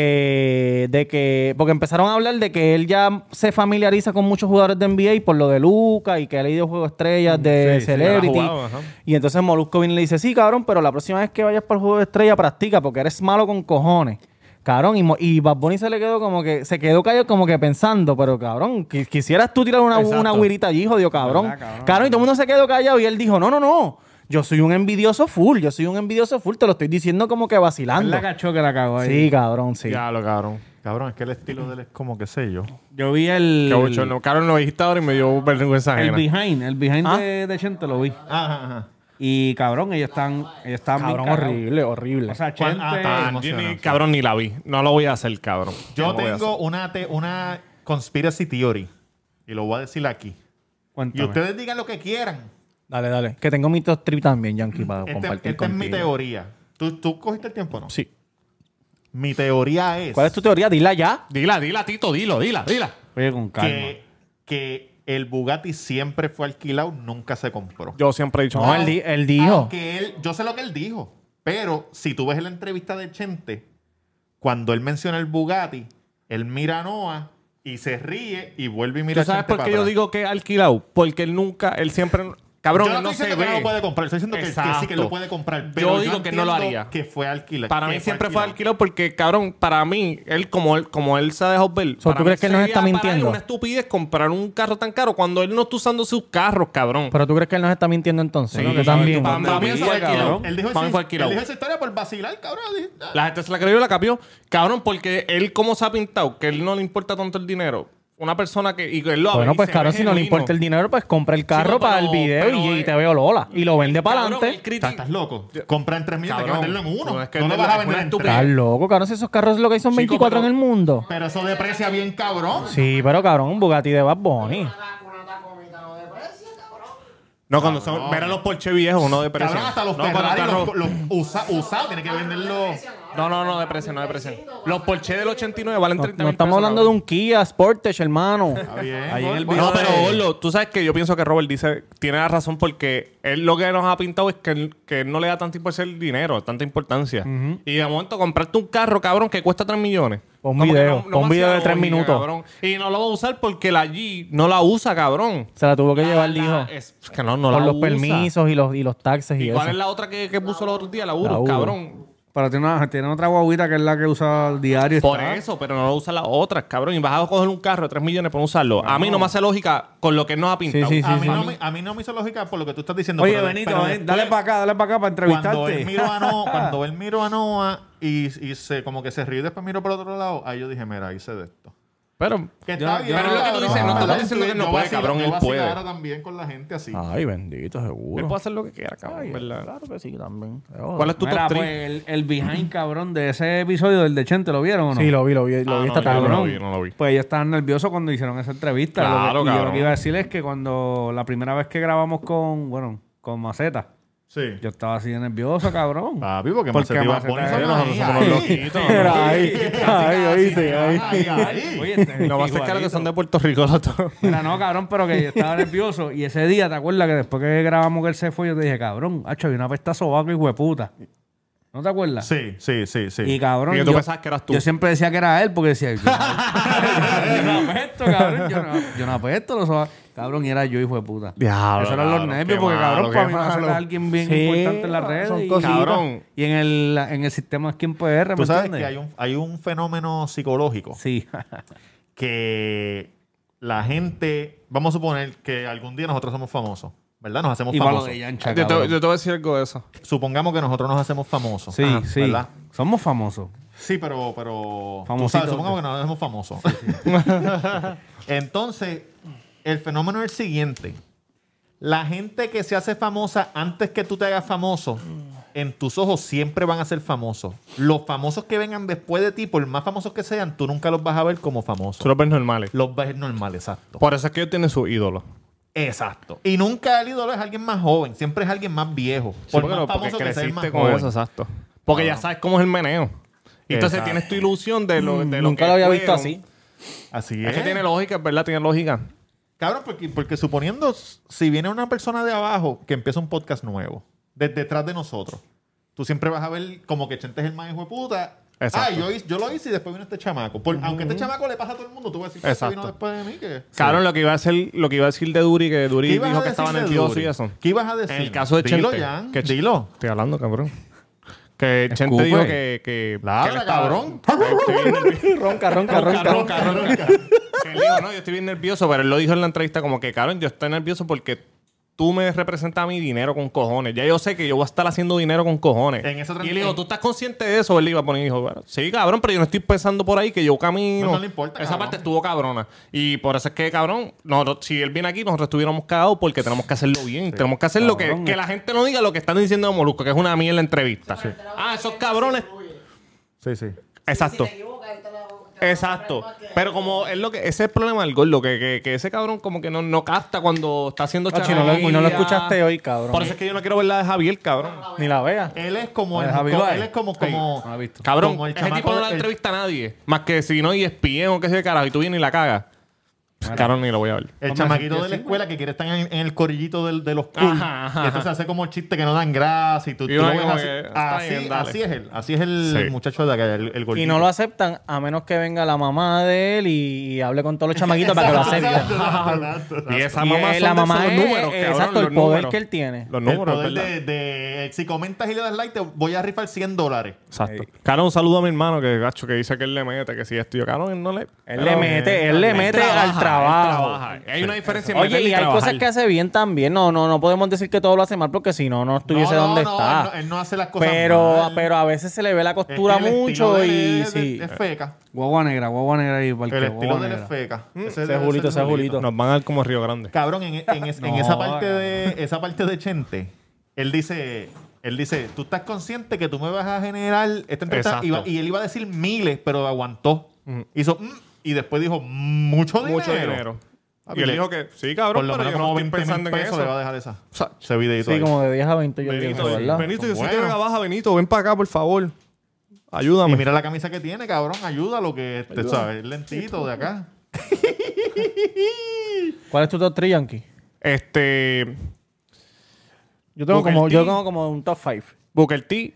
que porque empezaron a hablar de que él ya se familiariza con muchos jugadores de NBA por lo de Luka y que ha leído Juego de Estrellas de Celebrity. Y entonces Molusco viene y le dice, sí, cabrón, pero la próxima vez que vayas para el Juego de Estrellas practica porque eres malo con cojones. Cabrón, y Bad Bunny se quedó callado como que pensando, pero cabrón, quisieras tú tirar una güirita allí, jodido, cabrón. Cabrón, y todo el mundo se quedó callado y él dijo, no, yo soy un envidioso full, te lo estoy diciendo como que vacilando. Él la cachó que la cagó ahí. Sí, cabrón, sí. Ya lo cabrón. Cabrón, es que el estilo de él es como que sé yo. Yo vi el... Qué bochorno. Cabrón, lo dijiste ahora y me dio vergüenza El ajena. behind de Chente lo vi. Ajá. Y cabrón, ellos están Cabrón, bien horrible. O sea, Chente... Cabrón, ni la vi. No lo voy a hacer, cabrón. Yo tengo una conspiracy theory. Y lo voy a decir aquí. Cuéntame. Y ustedes digan lo que quieran. Dale. Que tengo mi top trip también, Yankee, para compartir Esta es mi contigo. teoría. ¿Tú cogiste el tiempo o no? Sí. Mi teoría es... ¿Cuál es tu teoría? Dila ya. Dila, Tito, dila. Oye, con calma. que el Bugatti siempre fue alquilado, nunca se compró. Yo siempre he dicho... No, él dijo. Yo sé lo que él dijo. Pero si tú ves en la entrevista de Chente, cuando él menciona el Bugatti, él mira a Noah y se ríe y vuelve y mira ¿Tú sabes a Chente por qué para yo atrás. digo que alquilado? Porque él siempre... Cabrón, Yo él no no estoy se diciendo que no ve. lo puede comprar. Estoy diciendo que sí que lo puede comprar. Pero Yo digo que no lo entiendo haría. Que fue alquilado. Para mí siempre fue alquilado porque, cabrón, para mí, como él se ha dejado ver... So, para ¿tú mí crees que él nos sería está para él mintiendo? una estupidez comprar un carro tan caro cuando él no está usando sus carros, cabrón. Pero tú crees que él nos está mintiendo entonces. Sí, ¿no? Que también. Para mí eso fue alquilado. Él dijo Para mí fue alquilado. esa historia por vacilar, cabrón. La gente se la creyó y la capió. Cabrón, porque él como se ha pintado, que él no le importa tanto el dinero. Una persona que... Y que él lo Bueno, ve y pues se claro, ve si no le genuino. importa el dinero, pues compra el carro para el video y te veo Lola. Y lo vende para Cabrón, adelante. él ¿Estás loco? Compra en 3 millones, hay que Cabrón, venderlo en uno. no, es que No lo es vas a una vender en estupidez. 3. Estás loco, cabrón. Si esos carros lo que hay son 24 en el mundo. Pero eso deprecia bien, cabrón. Sí, pero cabrón, un Bugatti de Bad Bunny. No, cuando son... Mira los Porsche viejos, no de precio. Cabrón, hasta los no, Ferrari, carros- los usados, tiene que venderlo. No, de precio, no de precio. Los Porsche del 89 valen 30 No estamos hablando de un Kia Sportage, hermano. Está bien. Ahí en el Bueno, No, pero Orlo, tú sabes que yo pienso que Robert tiene la razón porque él lo que nos ha pintado es que él no le da tanta importancia el dinero, tanta importancia. Y de momento comprarte un carro, cabrón, que cuesta 3 millones. Un Como video, que no un me video hacía de 3 lógica, minutos. cabrón. Y no lo va a usar porque la G no la usa, cabrón. Se la tuvo que llevar, dijo. Es que no Por la los usa. permisos y los taxes y ¿Y eso. cuál es la otra que puso los otros días? La Urus, La Urus. cabrón. Pero tiene otra guaguita que es la que usa al diario. Por está. eso, pero no lo usa las otras, cabrón. Y vas a coger un carro de 3 millones para no usarlo. A mí no me hace lógica con lo que él nos ha pintado. Sí, A mí no me hizo lógica por lo que tú estás diciendo. Oye, pero Benito, pero dale para acá para entrevistarte. Cuando él miró a Noah y se como que se rió y después miró por otro lado, ahí yo dije, mira, hice de esto. Pero... Que está bien, pero es lo que tú cabrón, dices, no ¿verdad? estamos diciendo que él no Yo puede, vacilo- cabrón, yo él vacilo puede. ahora también con la gente así. Ay, bendito, Él seguro. puede hacer lo que quiera, cabrón, ¿verdad? Claro que sí, también. ¿Cuál es tu Mira, top 3? pues el behind, cabrón, de ese episodio del de Chente, ¿lo vieron o no? Sí, lo vi esta tarde. no lo vi. Pues ellos estaban nerviosos cuando hicieron esa entrevista. Claro, y yo lo cabrón. que iba a decir es que cuando la primera vez que grabamos con Maceta, Sí. yo estaba así de nervioso, cabrón. Papi, porque Porque Maceta iba a Maceta poner es- eso nosotros somos ahí. los loquitos. Era ahí, oíste, ahí. Oye, este Lo más igualito. cercano que son de Puerto Rico los dos. Mira, no, cabrón, pero que yo estaba nervioso. Y ese día, ¿te acuerdas que después que grabamos que él se fue, yo te dije, cabrón, hacho, hay una pesta sobaco, hijo de puta. ¿No te acuerdas? Sí. Y cabrón, Y que tú pensabas que eras tú. yo siempre decía que era él porque decía, yo no apesto, cabrón, yo no apesto los sobacos. Cabrón, y era yo, hijo de puta. Diablo, Eso eran los cabrón, nervios qué porque, malo, cabrón, qué para mí va a ser malo. alguien bien Sí, importante en las redes. son y, cositas. Cabrón. y en el sistema aquí en PR, Tú ¿me sabes entiendes? que hay un fenómeno psicológico Sí. que la gente, vamos a suponer que algún día nosotros somos famosos, ¿verdad? Nos hacemos Igual lo famosos. de Yancha, Yo te cabrón. voy a decir algo de eso. Supongamos que nosotros nos hacemos famosos. Sí, Ajá, sí. ¿verdad? Somos famosos. Sí, pero tú Famositos. sabes, supongamos que nos hacemos famosos. Entonces, el fenómeno es el siguiente. La gente que se hace famosa antes que tú te hagas famoso, en tus ojos siempre van a ser famosos. Los famosos que vengan después de ti, por más famosos que sean, tú nunca los vas a ver como famosos. Tú los ves normales. Los ves normales, exacto. Por eso es que ellos tienen su ídolo. Exacto. Y nunca el ídolo es alguien más joven, siempre es alguien más viejo. Sí, Por porque más famoso que sea el creciste más con joven. eso, exacto. Porque ya sabes cómo es el meneo. Y entonces Exacto. tienes tu ilusión de lo Nunca que lo había visto fueron. así. Así Es que tiene lógica, ¿verdad? Tiene lógica. Cabrón, porque suponiendo, si viene una persona de abajo que empieza un podcast nuevo, desde detrás de nosotros, tú siempre vas a ver como que Chente es el más hijo de puta. Exacto. Yo lo hice y después vino este chamaco. Aunque este chamaco le pasa a todo el mundo, tú vas a decir que Exacto. vino después de mí. Que... Cabrón, lo que iba a decir de Duri, que Duri ¿Qué ibas dijo a que estaba decir de nervioso Duri? y eso. ¿Qué ibas a decir? En el caso de Dilo, Chente. Jan, que dilo. Estoy hablando, cabrón. Que Chente Escupe. dijo que Ladra, él estaba- cabrón. Estoy bien nervioso. Ronca. Que él dijo, no, yo estoy bien nervioso, pero él lo dijo en la entrevista como que, cabrón, yo estoy nervioso porque tú me representas a mi dinero con cojones. Ya yo sé que yo voy a estar haciendo dinero con cojones. En esa y él dijo, ¿tú estás consciente de eso? Él le iba a poner y dijo, bueno, sí, cabrón, pero yo no estoy pensando por ahí que yo camino. No le importa, Esa cabrón. parte estuvo cabrona. Y por eso es que, cabrón, nosotros, si él viene aquí, nosotros estuviéramos cagados porque tenemos que hacerlo bien. Tenemos que hacer lo que la gente no diga lo que están diciendo de Molusco, que es una mierda entrevista. Ah, esos cabrones. Sí, sí. Exacto. Exacto. Pero como es lo que... Ese es el problema del gordo, que ese cabrón como que no capta cuando está haciendo Ocho, y no lo escuchaste hoy, cabrón. Por eso es que yo no quiero ver la de Javier, cabrón. Ni la veas. Él es como Oye, Javi Baez. él es como No la he visto. Cabrón, como el ese tipo chamaco no le del- entrevista a nadie. Más que si no, y espien o qué sé de carajo, y tú vienes y la cagas. Cabrón, ni lo voy a ver. El Hombre, chamaquito sí, de la sí, escuela que quiere estar en el corillito de los cool. Ajá, Y entonces hace como chistes que no dan gracia y tú Y lo uno ves como así. que, está bien, dale. Así es él. Así es el Sí. muchacho de acá, el gordito. Y no lo aceptan a menos que venga la mamá de él y hable con todos los chamaquitos para que lo acepten. Y esa Y mamá la mamá son es, los números, cabrón, exacto, los el poder números. que él tiene. Los El números, poder ¿verdad? si comentas y le das like, te voy a rifar $100. Exacto. Cabrón, un saludo a mi hermano que, gacho, que dice que él le mete, que si esto y yo, cabrón, él no le... Él le mete al trabajo. Hay una diferencia en Oye, meterle y hay trabajar. cosas que hace bien también. No podemos decir que todo lo hace mal porque si no estuviese donde está. Él no hace las cosas Pero mal. a veces se le ve la costura Es que el mucho estilo de y él sí. es feca. Guagua negra ahí. Para El estilo de él es feca. Ese Julito. Nos van a ver como Río Grande. Cabrón, en esa parte de Chente, él dice, tú estás consciente que tú me vas a generar esta entrevista. Exacto. Y él iba a decir miles, pero aguantó. Hizo, y después dijo, mucho dinero. Mucho dinero. Papi, Y él le- dijo que, sí, Por cabrón, lo pero menos yo no como estoy 20 pensando mil en pesos le va a eso. dejar esa. O sea, Ese videito Sí, ahí. como de 10 a 20 yo Benito, digo, ¿verdad? Benito, yo soy Bueno. de Vega Baja, Benito, ven para acá, por favor. Y Ayúdame. mira la camisa que tiene, cabrón. Ayúdalo, que te sabes, es lentito de acá. ¿Cuál es tu top 3, Yankee? Yo tengo Booker como, T. yo tengo como un top 5. Booker T,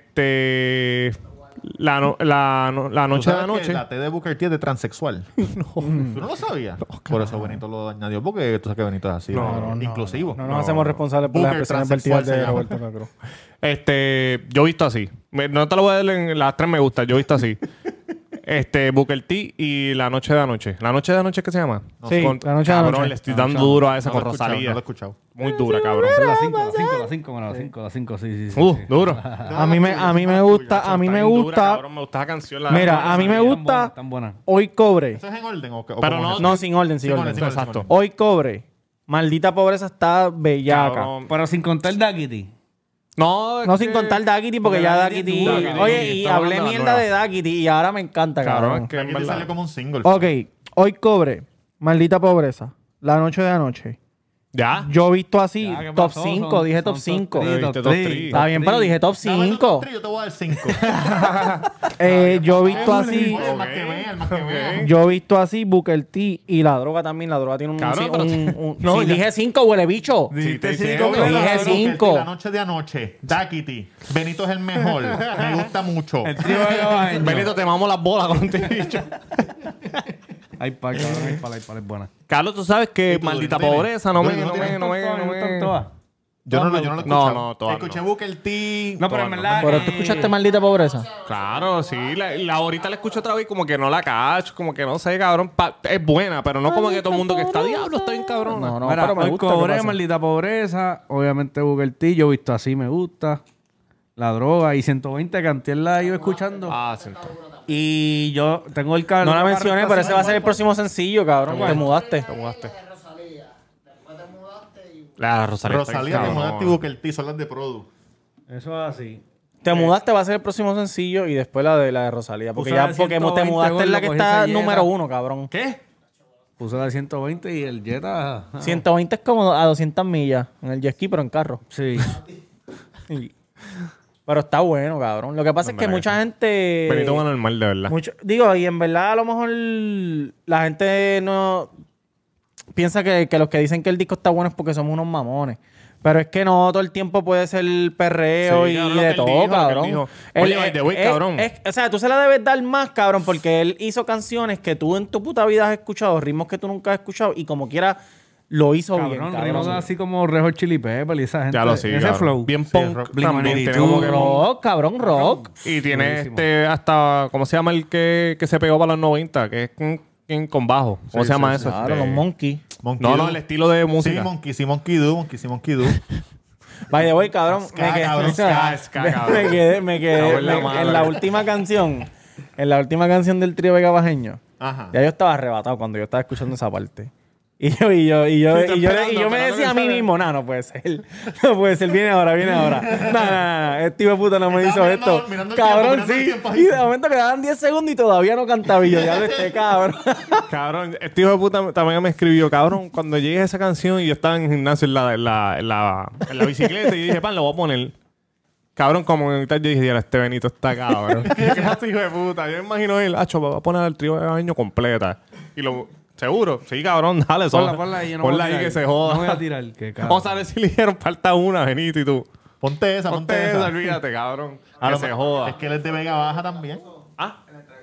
la noche ¿Tú de sabes que anoche. la T de Booker T es de transexual? ¿Tú no lo sabías? Por eso Benito lo añadió, porque tú sabes que Benito es así, inclusivo. No nos hacemos responsables por las Booker expresiones transexual vertidas de se llama. Roberto Macro. Yo he visto así. No te lo voy a dar en las 3 me gusta. Yo he visto así. Booker T y La Noche de Anoche. ¿La Noche de Anoche qué se llama? Sí, La Noche de Cabrón, Anoche. le estoy dando duro a esa No con lo he escuchado, Rosalía. no lo he escuchado. Muy dura, cabrón. las 5, sí. Duro. A mí me gusta, Está bien dura, cabrón, me gusta esa canción. Mira, a mí me gusta Tan buena. Hoy Cobre. ¿Eso es en orden o Pero cómo no- es? No, sin orden, sin Sin orden. orden, sin orden, Exacto. sin orden. Hoy Cobre. Maldita pobreza está bellaca. Cabrón. Pero sin contar Daquiti. No, No sin contar Daquiti porque ya Daquiti. Daquiti, Oye, y estamos hablé hablando de la mierda nueva. de Daquiti y ahora me encanta, Cabrón, cabrón. es que en Aquí te verdad. sale como un single. Ok, Hoy Cobre. Maldita pobreza. La noche de anoche. ¿Ya? Yo he visto así, Ya, ¿qué top pasó? 5, dije top Son 5. top Viste three, top top three. three. Está bien, pero dije top Dame tu 5. top 3, yo te voy a dar 5. Yo he visto así. El más que vea, el más que vea. Yo he visto así Booker T y la droga también. La droga tiene un... Cabrón, pero- no, dije 5, huele bicho. Dijiste Dijiste cinco, cinco, cabrón. Dije 5. La noche de anoche. Daquiti. Benito es el mejor. Me gusta mucho. El trío de Gabajeño. Benito, te mamo las bolas con te he dicho. Ay, pa, cabrón, ay, pa, es buena. Carlos, tú sabes que ¿Y tú, maldita Dile? pobreza no me... Dile, No dile, me... No me... No me... Yo no lo he No, escuchado. no, todas Escuché no. Booker T. No, pero en verdad. Pero tú escuchaste Maldita pobreza. Claro, sí. La ahorita la escucho otra vez y como que no la cacho. Como que no sé, cabrón. Es buena, pero no como que todo el mundo que está diablo está bien cabrón. No, Mira, pero me Hoy gusta. ¿qué Cobre, pasa? Maldita Pobreza. Obviamente Booker T. Yo he visto así, me gusta. La droga y 120 que antier la iba escuchando. Siento. Y yo tengo el carro. No la mencioné, pero ese va a ser el próximo sencillo, cabrón. Te mudaste. Te mudaste. La Rosalía. Rosalía, que mudaste y Booker T son las de Produ. Eso es así. Te mudaste, va a ser el próximo sencillo y después la de Rosalía. Porque ya porque te 120 mudaste es la que gordo, está cogí esa número Jetta. 1, cabrón. ¿Qué? Puso la 120 y el Jetta... 120 es como a 200 millas en el jet ski, pero en carro. Sí. Sí. Pero está bueno, cabrón. Lo que pasa es que mucha gente... Benito va normal, de verdad. Digo, y en verdad a lo mejor la gente no... Piensa que los que dicen que el disco está bueno es porque somos unos mamones. Pero es que no todo el tiempo puede ser perreo Sí, y cabrón, lo que de él todo, dijo, lo que él cabrón. dijo. Oye, by the way, cabrón. O sea, tú se la debes dar más, cabrón, porque él hizo canciones que tú en tu puta vida has escuchado, ritmos que tú nunca has escuchado, y como quiera lo hizo bien, Cabrón, cabrón. ritmos así como Red Hot Chili Peppers y esa gente. Ya lo sí, ese cabrón. flow. Bien Sí, punk rock. también. Blink-182. Tiene como que Rock, cabrón, rock. y tiene Durísimo. hasta... ¿Cómo se llama el que se pegó para los 90? Que es con bajo. ¿Cómo se llama eso? Claro, los Monkey. Monkey No, Do. el estilo de música. Sí, Monkey Do. By the way, cabrón, Ska, cabrón, ska, cabrón. me quedé Cabrón, la en madre. la última canción del trío Vega Bajeño. Ajá. Ya yo estaba arrebatado cuando yo estaba escuchando esa parte. Y yo me decía a mí mismo, no puede ser. No puede ser, viene ahora. No, este hijo de puta no me hizo Estaba esto. mirando el Cabrón, tiempo, mirando el sí. tiempo ahí. Y de momento quedaban 10 segundos y todavía no cantaba. Y yo, ya este cabrón. Cabrón, este hijo de puta también me escribió, cabrón, cuando llegue a esa canción y yo estaba en el gimnasio en la bicicleta y yo dije, pan, lo voy a poner. Cabrón, como en mitad yo dije, "Diablo, este Benito está cabrón." ¿Qué clase, hijo de puta? Yo me imagino él, va a poner el trío de baño completa. Y seguro, sí, cabrón, dale, Ponla ahí, yo no voy a ponla ahí tirar. que se joda. No voy a tirar, que cabrón. Vamos a ver si le dijeron falta una, Benito, y tú. Ponte esa. Olvídate, cabrón. A Que lo se mejor- joda. Es que él es de Vega Baja también. ¿Ah?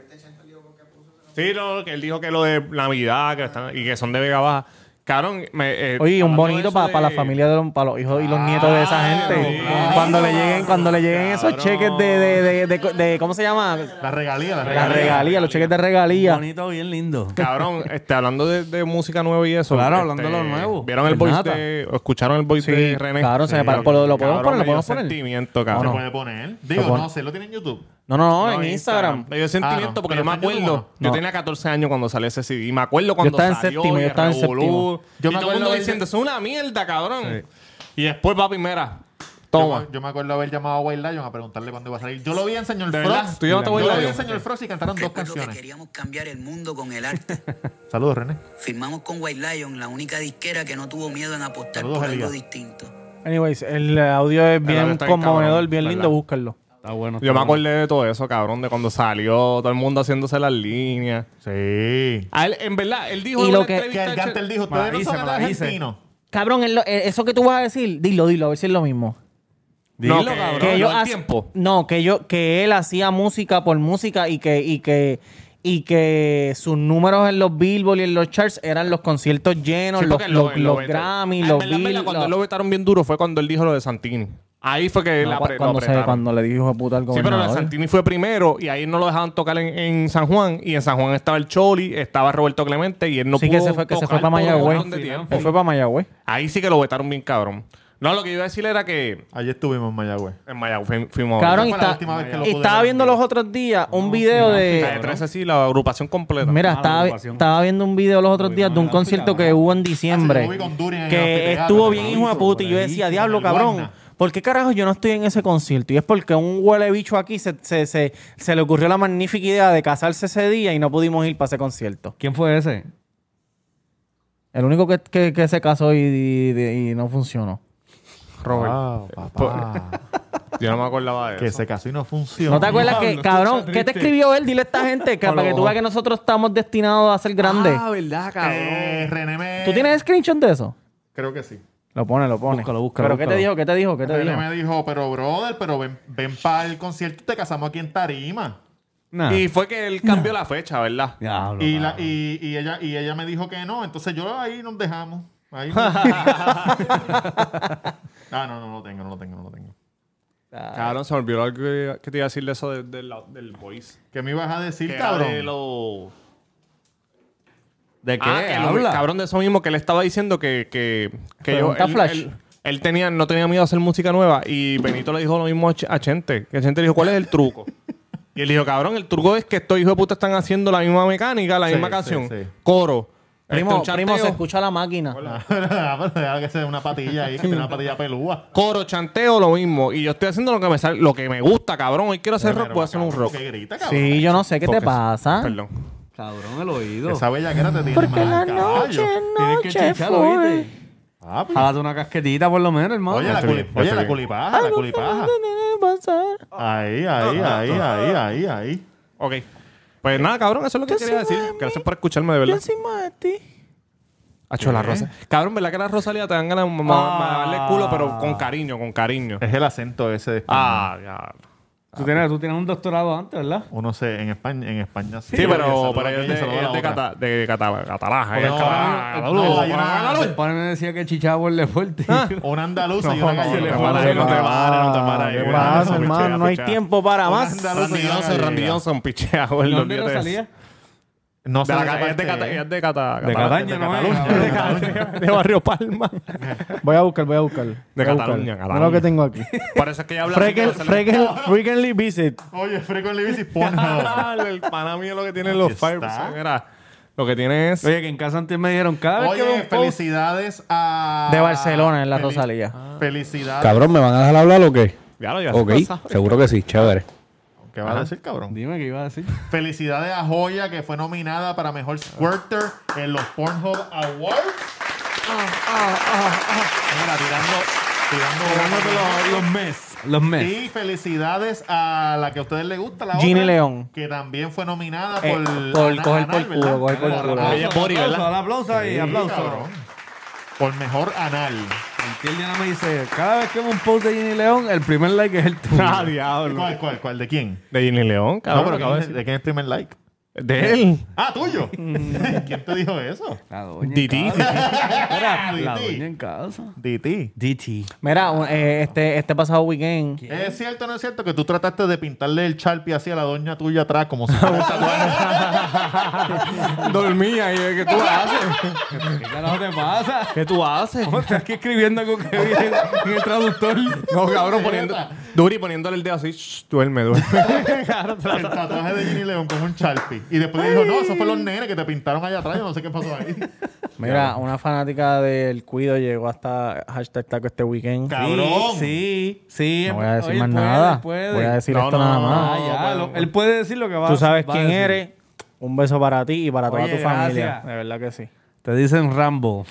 Sí, que él dijo que lo de Navidad y que son de Vega Baja. Cabrón, Oye, un hablando bonito de eso para la familia para los hijos y los nietos de esa gente. sí. Cuando le lleguen esos cheques de ¿cómo se llama? La regalía. La regalía, los cheques de regalía. Bonito, bien lindo. Cabrón, hablando de música nueva y eso. Claro, hablando de lo nuevo. ¿Vieron el De voice nada. ¿Escucharon el voice de René? Claro, se me paró. ¿Lo podemos poner? ¿Lo podemos poner? Sentimiento, Se cabrón. puede poner. Digo, Lo pone. no sé, lo tiene en YouTube. No, en Instagram. Me dio sentimiento no, porque pero yo me está en YouTube, acuerdo. ¿o Yo no? tenía 14 años cuando salió ese CD. Y me acuerdo cuando estaba en salió. séptimo, y yo estaba en revolú. séptimo. Yo Y me todo el mundo acuerdo diciendo, de- es una mierda, cabrón. Y después, papi, mira. Toma. Yo me acuerdo haber llamado a White Lion a preguntarle cuándo iba a salir. Yo lo vi en Señor ¿De verdad? Frost. ¿Tú llamaste a White Yo lo vi Lion? en Señor Frost y cantaron dos Recuerdo que canciones. queríamos cambiar el mundo con el arte. Saludos, René. Firmamos con White Lion, la única disquera que no tuvo miedo en apostar Saludos, por Elías. algo distinto. Anyways, el audio es que bien está bien conmovedor, cabrón, bien ¿verdad? lindo, búscalo. Está bueno. Yo me acordé de todo eso, cabrón, de cuando salió, todo el mundo haciéndose las líneas. Sí. A él, en verdad, él dijo Y en lo una que- entrevista... Que el Gantel dijo, ustedes no son argentinos. Cabrón, eso que tú vas a decir, dilo, a ver si es lo mismo. No, Dilo, que, cabrón. que ellos el hac- tiempo. No, que él hacía música por música y que sus números en los Billboard y en los charts eran los conciertos llenos, Sí, los porque Grammy, En los verdad, Bill. cuando él lo vetaron bien duro fue cuando él dijo lo de Santini. Ahí fue que lo apretaron. cuando le dijo puta al Sí, pero la gobernador. Santini fue primero y ahí no lo dejaban tocar en San Juan. Y en San Juan estaba el Choli, estaba Roberto Clemente y él no Sí, pudo que se fue tocar para por un Mayagüez. montón de tiempo. Él fue para Mayagüez. Ahí sí que lo vetaron bien cabrón. No, lo que yo iba a decir era que Ayer estuvimos en Mayagüez. en Mayagüez fuimos... Cabrón, fue la última vez que lo pude estaba ver. viendo los otros días un video La de de... 13 sí, la agrupación completa. Mira, la agrupación. estaba viendo un video los otros días de un concierto que hubo en diciembre. Ah, sí, yo vi con Durian en el Que anfiteatro, estuvo en bien el hijo de Mauricio, puta. Y por yo ahí, decía, en diablo, el cabrón. Guarna. ¿Por qué carajo yo no estoy en ese concierto? Y es porque un huele bicho aquí se le ocurrió la magnífica idea de casarse ese día y no pudimos ir para ese concierto. ¿Quién fue ese? El único que se casó y no funcionó. Robert. Wow, papá. Yo no me acordaba de Que eso. se casó y no funcionó. ¿No te acuerdas que, cabrón, qué te escribió él? Dile a esta gente que, para que tú veas que nosotros estamos destinados a ser grandes. verdad, René me... ¿Tú tienes screenshot de eso? Creo que sí. Lo pone. Búscalo, ¿Pero qué te dijo? ¿Qué te dijo? René me dijo, pero brother, ven para el concierto y te casamos aquí en Tarima. Nah. Y fue que él cambió la fecha, ¿verdad? Diablo, Y, cabrón. ella me dijo que no, entonces yo ahí nos dejamos. Ahí no lo tengo. Cabrón, se me olvidó algo que te iba a decir de eso del voice. ¿Qué me ibas a decir, Que era cabrón? de lo... ¿De qué? que Habla. cabrón, de eso mismo que él estaba diciendo que Pregunta Flash. él no tenía miedo a hacer música nueva y Benito le dijo lo mismo a Chente. Que Chente le dijo, ¿cuál es el truco? Y él dijo, cabrón, el truco es que estos hijos de puta están haciendo la misma mecánica, la Sí, misma sí, canción. sí. Coro, Primo, un chanteo. se escucha la máquina. Deja que sea una patilla ahí, que tiene una patilla pelúa. Coro, chanteo, lo mismo. Y yo estoy haciendo lo que me sale, lo que me gusta, cabrón. Hoy quiero hacer rock, voy a hacer un rock. ¿Qué grita, cabrón? Sí, yo no sé qué te Porque- pasa. Perdón. Cabrón, el oído. Esa bellaquera te tiene Porque la mal, caballo. Tienes que chicharlo, full. ¿viste? Papi. Jálate una casquetita por lo menos, hermano. Oye, la culipaja, la culipaja. Ahí. Ok. Pues nada, cabrón, eso es lo que quería decir. Gracias por escucharme, de verdad. encima de ti. Hacho, la Rosa. Cabrón, ¿verdad que la Rosalía te dan ganas de darle culo, pero con cariño, con cariño? Es el acento ese de Ah, ya. Tú tienes un doctorado antes, ¿verdad? Uno sé, en España sí. Sí, pero Oye, ella es saluda a la otra. de Catalaja. No, hay una- El padre me decía que chichaba por deporte. Una andaluza y una No te gallega. pares ahí, no te pares ahí. ¿Qué pasa, hermano? No hay tiempo para Una más. andaluza y una gallega. Randy Johnson, pichea, ¿Y güey. dónde Rosalía? No sé De de la qué calle, es de parte Cata, es de Cata. De Cataña, ¿no es? De Barrio Palma. Voy a buscar. De Voy a buscar. Cataluña, Mira lo que tengo aquí. Por eso es que ella habla así, que no se le- Frequently visit. Oye, Frequently Visit Pornhub. El pana mío lo que tiene los Aquí fires. está. Mira, lo que tiene es... Oye, que en casa antes me dieron cada vez que veo Oye, un post. felicidades a... De Barcelona, en la Rosalía. Felicidades. Cabrón, ¿me van a dejar hablar o qué? Ya lo ya Ok, seguro que sí, chévere. ¿Qué vas a decir, cabrón? Dime qué iba a decir. Felicidades a Joya, que fue nominada para Mejor Squirter en los Pornhub Awards. Mira, tirando Los mes. Y felicidades a la que a ustedes les gusta, la Ginny otra, León. que también fue nominada Por por coger por culo, coger por culo. Ella es Bori, ¿verdad? Aplauso ahí, Sí, aplauso. cabrón. Por mejor anal. El Diana me dice, cada vez que veo un post de Ginny León, el primer like es el tuyo. Ah, diablo. ¿Cuál? ¿De quién? De Ginny León, No, cabrón. pero acabo de ¿de decir. quién es el primer like? De él. Ah, tuyo. ¿Quién te dijo eso? La doña en Diti. casa. La Diti. doña en casa. DT. DT. Mira, este pasado weekend. ¿Es cierto o no es cierto que tú trataste de pintarle el Sharpie así a la doña tuya atrás como si fuera un tatuaje? Dormía y ¿qué tú haces? ¿Qué carajo te pasa? ¿Qué tú haces? ¿Cómo estás aquí escribiendo algo que viene en el traductor? No, cabrón, Duri poniéndole el dedo así. Shh, duerme. El tatuaje de Ginny León con un Sharpie. Y después le dijo, no, esos fueron los nenes que te pintaron allá atrás. Yo no sé qué pasó ahí. Mira, una fanática del Cuido llegó hasta hashtag taco este weekend. Cabrón. Sí. No voy a decir Oye, más él puede, nada. él puede. Voy a decir No, esto no, nada no, más. Él puede decir lo que va a Tú sabes va a quién decir. eres. Un beso para ti y para toda Oye, tu familia. gracias. De verdad que sí. Te dicen Rambo.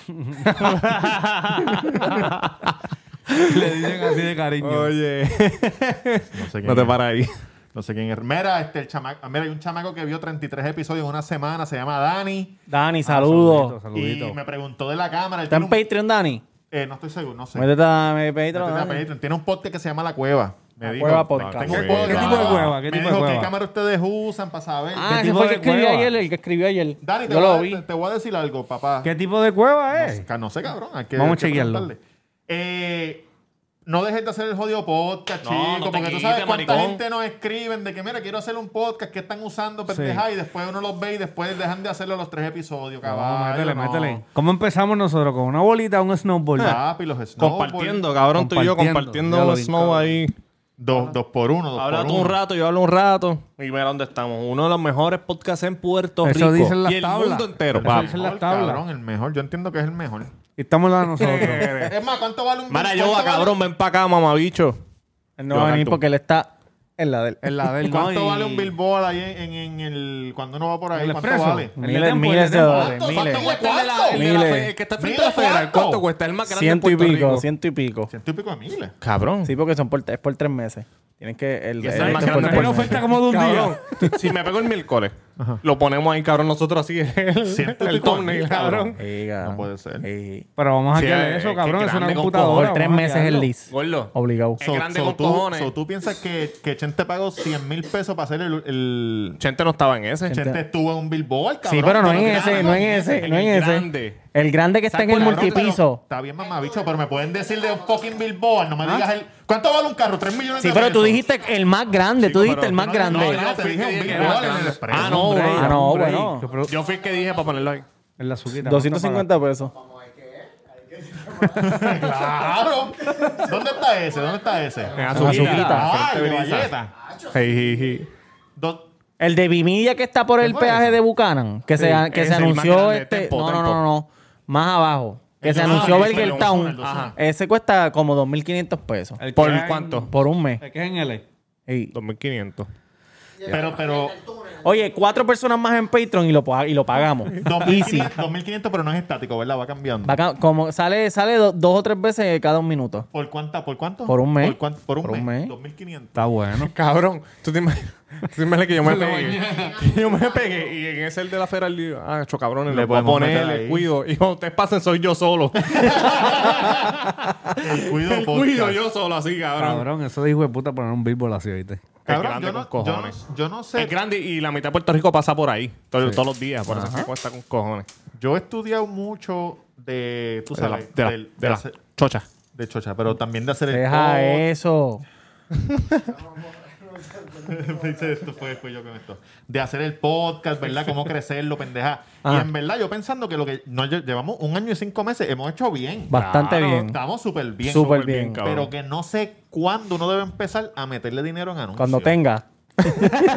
Le dicen así de cariño. Oye. No sé quién No te es. paras ahí. No sé quién es. Mira, mira, hay un chamaco que vio 33 episodios en una semana. Se llama Dani. Dani, saludos. Saludito. Y me preguntó de la cámara. Él ¿Está en tiene Patreon, Dani? no estoy seguro, no sé. Métete a mi Métete Patreon, a Dani. Patreon. Tiene un podcast que se llama La Cueva. Me La dijo, Cueva Podcast. tengo un ¿Qué podcast. tipo de cueva? ¿Qué Me tipo de dijo, cueva? ¿qué cámara ustedes usan para saber? Ah, ese tipo fue el de que escribió cueva? ayer, el que escribió ayer. Dani, Yo lo vi. te voy a decir algo, papá. ¿Qué tipo de cueva es? No sé, cabrón. Vamos a hay que chequearlo. preguntarle. No dejes de hacer el jodido podcast, No, chico, no te porque tú quites, sabes cuánta maricón. gente nos escriben de que, mira, quiero hacer un podcast que están usando pendeja y después uno los ve y después dejan de hacerlo los 3 episodios, caballo. Métele. ¿Cómo empezamos nosotros? ¿Con una bolita o un snowboard? Papi, los snowboard. Compartiendo, cabrón, tú y yo Ya compartiendo lo Snow vi, ahí. Dos por uno. Habla tú un rato, yo hablo un rato. Y mira dónde estamos. Uno de los mejores podcasts en Puerto Eso Rico. dicen las y el tablas. mundo entero, Eso papi. dicen las tablas. Cabrón, el mejor. Yo entiendo que es el mejor. Y estamos hablando nosotros. Es más, ¿cuánto vale un Mara, yo, cabrón, ven para acá, mamabicho. Él no va a venir porque él está en la del... En la del ¿Cuánto no, vale y- un billboard ahí en el... Cuando uno va por ahí? ¿El ¿Cuánto expreso? vale? Miles de dólares. ¿Cuánto? Miles. ¿Cuánto? El que está frente a la federal, ¿cuánto cuesta? El más grande de Ciento y Puerto pico, Rico. 100 y pico. 100 y pico de miles. Cabrón. Sí, porque es por 3 meses. Tienes que... Y ese es el más esto es grande. por Una meses. oferta como de un Cabrón, día. si me pego el miércoles, lo ponemos ahí, cabrón, nosotros así. Ciento y El pico thumbnail, mil, cabrón. Sí, cabrón. No puede ser. Sí. Pero vamos a Sí, hackear es eso, que cabrón. Es una grande con computadora. Por 3 vamos a meses el hackearlo. lease. Gordo. Obligado. Es grande con cojones. ¿Tú piensas que Chente pagó 100 mil pesos para hacer el... Chente no estaba en ese. Chente estuvo en un billboard, cabrón. Sí, pero no en grande, ese, no en ese, no en ese. grande. El grande que está en el Cabrón, pero multipiso. Está bien, mamabicho, pero me pueden decir de un fucking billboard. No me digas el... ¿Cuánto vale un carro? 3 millones Sí, de pero pesos. tú dijiste el más grande. Tú dijiste el más grande. No, te dije un billboard en el expreso. Ah, no, Ah, no, Hombre, bueno. Yo fui el que dije para ponerlo ahí. En la suquita. 250 pesos. Claro. ¿Dónde está ese? ¿Dónde está ese? En Azuquita. Ay, de Valleta. Hey. Dos- El de Vimilla que está por el fue peaje ese? de Buchanan, que se ese es el más anunció grande, Tempo. No. Más abajo. Que se Ah, anunció el Burger Zoom, Town. el Zoom. Ajá. Ese cuesta como 2.500 pesos. El ¿Por que es cuánto? Por un mes. El que es en L. Sí. 2.500. Pero Oye, 4 personas más en Patreon y lo pagamos. Easy. 2.500, pero no es estático, ¿verdad? Va cambiando. Como sale 2 o 3 veces cada 1 minuto. ¿Por cuánto? Por un mes. Por un Por un mes. mes. 2.500. Está bueno. Cabrón, tú te imaginas que yo me pegué. Que yo me pegué y en ese el de la feria digo, hecho cabrones, Le le voy a podemos poner, meter le ahí. cuido. Y cuando ustedes pasen soy yo solo. El cuido El cuido yo solo así, cabrón. Cabrón, eso de hijo de puta poner un billboard así, ¿viste? Cabrón, grande yo con no, cojones. yo no sé. Es grande y la mitad de Puerto Rico pasa por ahí. Todos los días. Por eso es que cuesta con cojones. Yo he estudiado mucho de, tú De la, sabes, de la hacer- chocha. de chocha, pero también de hacer el Deja eso. Esto fue yo con esto. De hacer el podcast, ¿verdad? Cómo crecerlo, pendeja. Ah. Y en verdad, yo pensando que lo que llevamos 1 año y 5 meses, hemos hecho bien. Bastante bien. Estamos súper bien. Súper bien, cabrón. Pero que no sé cuándo uno debe empezar a meterle dinero en anuncios. Cuando tenga. No,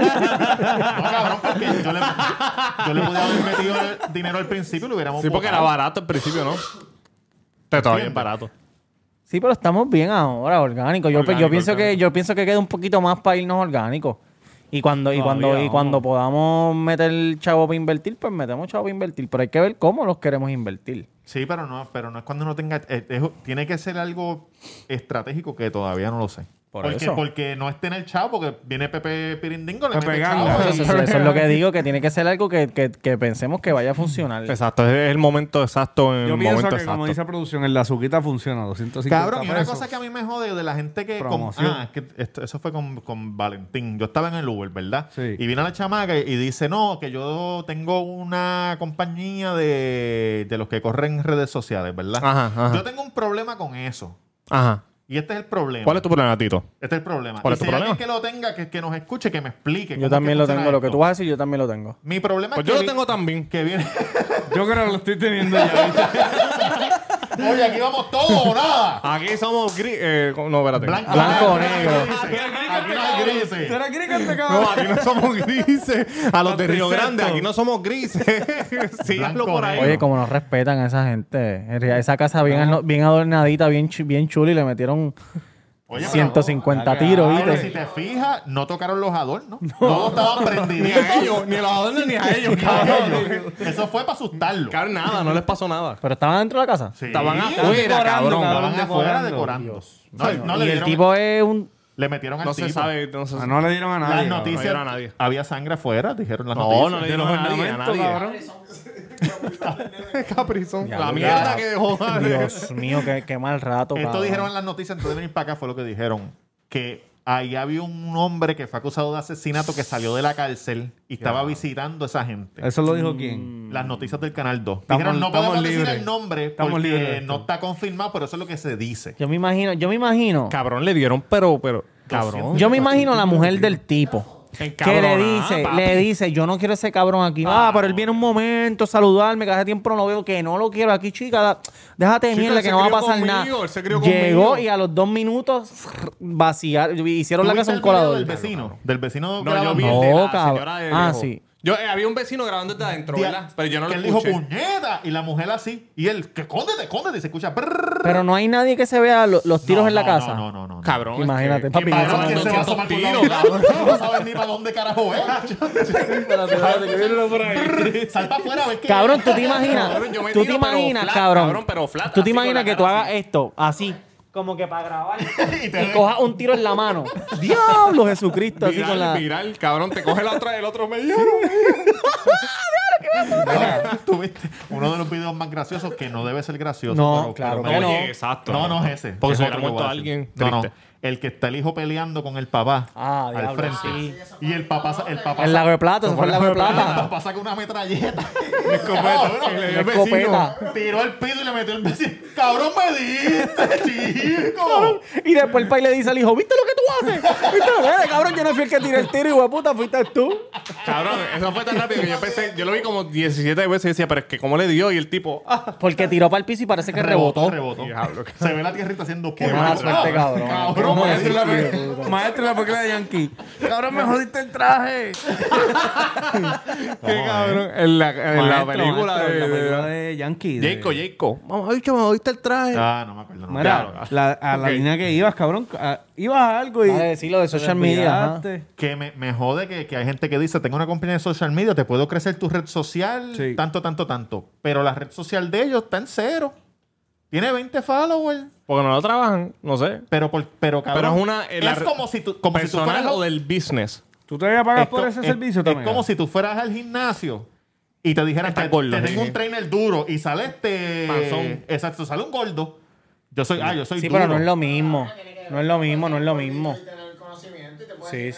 cabrón, porque yo le pude haber metido el dinero al principio y lo hubiéramos Sí, porque era botado. barato al principio, ¿no? Pero todavía es barato. Sí, pero estamos bien ahora, orgánico. Yo Orgánico, pienso orgánico. yo pienso que queda un poquito más para irnos orgánicos. Y cuando podamos meter chavo para invertir, pues metemos chavo para invertir. Pero hay que ver cómo los queremos invertir. Sí, pero no es cuando uno tenga... tiene que ser algo estratégico que todavía no lo sé. Porque no es tener chavo, porque viene Pepe Pirindingo, le Pepe mete Ganga. chavo. Eso es lo que digo, que tiene que ser algo que pensemos que vaya a funcionar. Exacto, es el momento exacto en Yo el pienso momento que, exacto. como dice la producción, el de azuquita funciona. 250 Cabrón, y una pesos. cosa que a mí me jode de la gente que... Promoción. eso fue con Valentín. Yo estaba en el Uber, ¿verdad? Sí. Y vino la chamaca y dice, no, que yo tengo una compañía de los que corren redes sociales, ¿verdad? Ajá. Yo tengo un problema con eso. Ajá. Y este es el problema. ¿Cuál es tu problema, Tito? Este es el problema. ¿Cuál Y es tu si hay problema? alguien que lo tenga, que nos escuche, que me explique. Yo cómo también es lo funciona tengo. Lo que esto. tú vas a decir, yo también lo tengo. Mi problema Pues es yo que lo tengo también. que viene... Yo creo que lo estoy teniendo ya, ¿viste? Oye, aquí vamos todos o nada. Aquí somos gris... no, espérate. Blanco Blanco, negro. negro. Aquí no hay grises. ¿Tú eres gringo, No, aquí no somos grises. A los de Río Exacto. Grande, aquí no somos grises. Síganlo Blanco, por ahí. Oye, como nos respetan a esa gente. En realidad, esa casa bien adornadita, bien chula y le metieron Oye, pero- 150 tiros, Pero ¿viste? si te fijas, no tocaron los adornos. Todos estaban Ni prendiditos. a ellos, ni a los adornos, ni a ellos, cabrón. Eso fue para asustarlo. Cabrón, nada, no les pasó nada. Pero estaban dentro de la casa. Sí. Estaban afuera, decorando, cabrón. cabrón. Estaban afuera decorando. decorando. No Y le el dieron, tipo es un... le metieron al No tipo. se sabe, no se Ah, sabe. no le dieron a nadie. Las cabrón. noticias. dieron a nadie. Había sangre afuera, dijeron las No, noticias. no le De dieron los a nadie, a ornamentos, nadie. cabrón. Caprizón. La Diablo, mierda que dejó. Dios mío, qué mal rato, Esto cabrón. dijeron en las noticias antes de venir para acá, fue lo que dijeron. Que ahí había un hombre que fue acusado de asesinato que salió de la cárcel y estaba visitando a esa gente. ¿Eso lo dijo quién? Las noticias del Canal 2. Estamos- Dijeron, no podemos estamos decir libres. el nombre Estamos porque libres de esto. no está confirmado, pero eso es lo que se dice. Yo me imagino. Cabrón, le dieron, pero... Cabrón. Yo me imagino a la mujer del tipo. Que Encabronada, le dice, yo no quiero ese cabrón aquí. Pero él viene un momento a saludarme, que hace tiempo no lo veo, que no lo quiero aquí, chica. Déjate de Chico, mierda, él que se no va a crió pasar conmigo, nada. él se crió Llegó conmigo. y a los 2 minutos hicieron la ¿Tú casa viste un el video colador. del vecino? Del vecino No, yo grabando? vi el de No, la cabrón. señora de Ah, lejos. sí. Había un vecino grabando desde adentro, ¿verdad? Pero yo no lo que él escuché. dijo puñeta y la mujer así. Y él, que cóndete, y se escucha. brrr. Pero no hay nadie que se vea los tiros No, en la no, casa. No. Cabrón. Imagínate, es papi, que eso Cabrón, pasaron ¿quién se va a 200 asomar por tiros, la cabrón. No sabes ni para dónde carajo es. Sal para afuera a ver qué. Cabrón, tú te imaginas. Cabrón, yo me Tú te tiro, pero imaginas, flat, cabrón. pero flat, Tú te así con imaginas la que tú cara hagas esto, así. Como que para grabar. te y cojas un tiro en la mano. ¡Diablo, Jesucristo! Así con la... Viral, cabrón. Te coge la otra, el otro medio. Tú viste uno de los videos más graciosos que no debe ser gracioso. No, claro pero- que no. Oye, exacto. No es ese. Porque Es se otro hubiera que voy muerto a decir. alguien No. triste. El que está el hijo peleando con el papá Ah, al diablo, frente. sí. Y el papá El lago de plata, se fue el lago de El plata. papá saca una metralleta. Y le dio el Escopeta. vecino. Tiró el piso y le metió el vecino. ¡Cabrón, me diste, chico! Y después el pai le dice al hijo, ¿viste lo que tú haces? ¿Viste lo que haces, cabrón? Yo no fui el que tiré el tiro, hijo de puta, fuiste tú. Cabrón, eso fue tan rápido que yo pensé... Yo lo vi como 17 veces y decía, pero es que ¿cómo le dio? Y el tipo... Porque tiró para el piso y parece que rebotó. Rebotó. Diablo, Se ve la tierrita haciendo Qué mala suerte, cabrón. Cabrón. Cabrón, maestro de la película de Yankee. Cabrón, me jodiste el traje. Qué cabrón. En la película de Yankee. Jacob. Mamá, bicho, me jodiste el traje. Ah, no me acuerdo. No. Mira, a la línea que ibas, cabrón. Ibas a algo y... Sí, lo de social media. Ajá. Que me jode que hay gente que dice, tengo una compañía de social media, te puedo crecer tu red social, tanto. Pero la red social de ellos está en 0. Tiene 20 followers. Porque no lo trabajan, no sé. Pero cabrón, Pero es una... es como si tú personal fueras o del business. ¿Tú te vas a pagar por ese servicio también? Es como si tú fueras al gimnasio y te dijeran, te tengo un trainer duro y sale Panzón. Exacto, sale un gordo. Yo soy Sí, duro. pero no es lo mismo. No es lo mismo. Sí.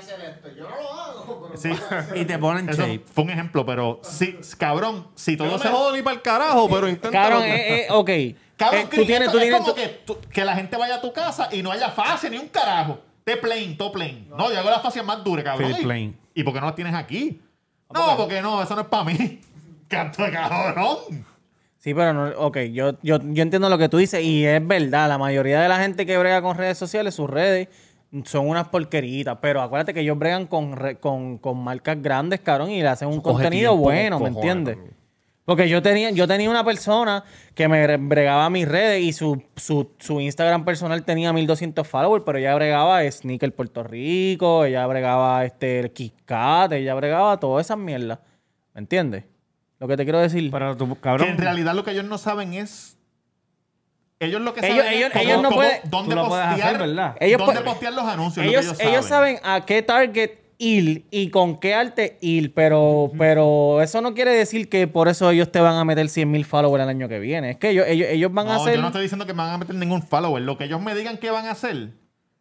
Sí. Y te ponen Eso shape. fue un ejemplo, pero sí, cabrón, si todo No se jodo ni para el carajo, pero intenta... Cabrón, ok. Cabrón, Tú tienes... es como que la gente vaya a tu casa y no haya fase ni un carajo. Todo plain. No, yo hago la fase más dura, cabrón. Phil plain. ¿Y por qué no las tienes aquí? No, porque no, eso no es para mí. Canto de cabrón. Sí, pero no... Ok, yo entiendo lo que tú dices y es verdad. La mayoría de la gente que brega con redes sociales, sus redes son unas porqueritas. Pero acuérdate que ellos bregan con marcas grandes, cabrón, y le hacen un contenido bueno, ¿me entiendes? Porque yo tenía una persona que me bregaba mis redes y su Instagram personal tenía 1200 followers, pero ella bregaba Sneaker Puerto Rico, ella bregaba el Kit Kat, ella bregaba todas esas mierdas. ¿Me entiendes? Lo que te quiero decir. Pero tú, cabrón. Que en realidad lo que ellos no saben es... Ellos lo que Ellos- saben ellos- es ellos no pueden- dónde tú lo puedes postear, hacer, ¿verdad? dónde postear los anuncios. es lo que Ellos saben a qué target ir y con qué arte ir, pero eso no quiere decir que por eso ellos te van a meter 100,000 followers el año que viene. Es que ellos van a No, hacer... yo no estoy diciendo que me van a meter ningún follower. Lo que ellos me digan que van a hacer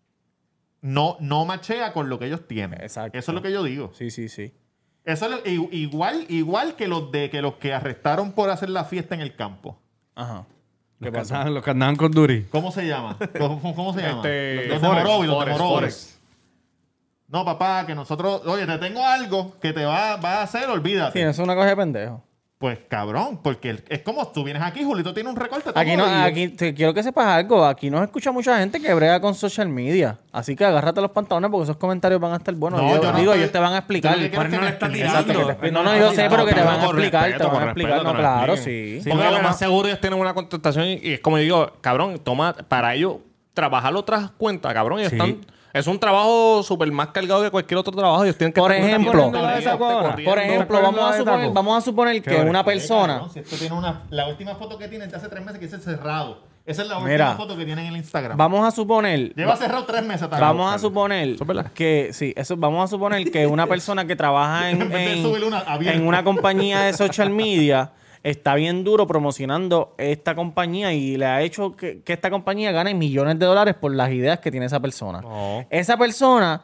no machea con lo que ellos tienen. Exacto. Eso es lo que yo digo. Sí. Eso es igual que los que arrestaron por hacer la fiesta en el campo. Ajá. Los que andaban con Duri. ¿Cómo se llama? ¿Cómo se llama? Los de Los de Forest, Morovis, los de Forest, Morovis. Forest. No, papá, que nosotros... Oye, te tengo algo que te va a hacer, olvídate. Sí, eso es una cosa de pendejo. Pues, cabrón, porque es como tú vienes aquí, Julito tiene un recorte. Aquí no, quiero que sepas algo. Aquí nos escucha mucha gente que brega con social media. Así que agárrate los pantalones porque esos comentarios van a estar buenos. No, yo no estoy- ellos te van a explicar. yo lo que quiero es que no le me está expliques. tirando. Exacto, que te- No, yo sé, pero que te van a con explicar. respeto, Te van a con explicar. respeto, No, que claro, nos sí. expliquen. Porque lo más seguro ellos tienen una contestación y es como yo digo, cabrón, toma para ellos trabajar otras cuentas, cabrón. Y Sí. están... Es un trabajo súper más cargado que cualquier otro trabajo. Ellos tienen que Por estar ejemplo, corriendo, Por ejemplo, vamos a suponer que una persona... Cabrón, si esto tiene la última foto que tiene de hace 3 meses que dice cerrado. Esa es la Mira, última foto que tienen en el Instagram. Vamos a suponer... Lleva cerrado 3 meses. Vamos a suponer Eso es verdad. que sí, vamos a suponer que una persona que trabaja En vez de subir una abierta. en una compañía de social media está bien duro promocionando esta compañía y le ha hecho que esta compañía gane millones de dólares por las ideas que tiene esa persona. No. Esa persona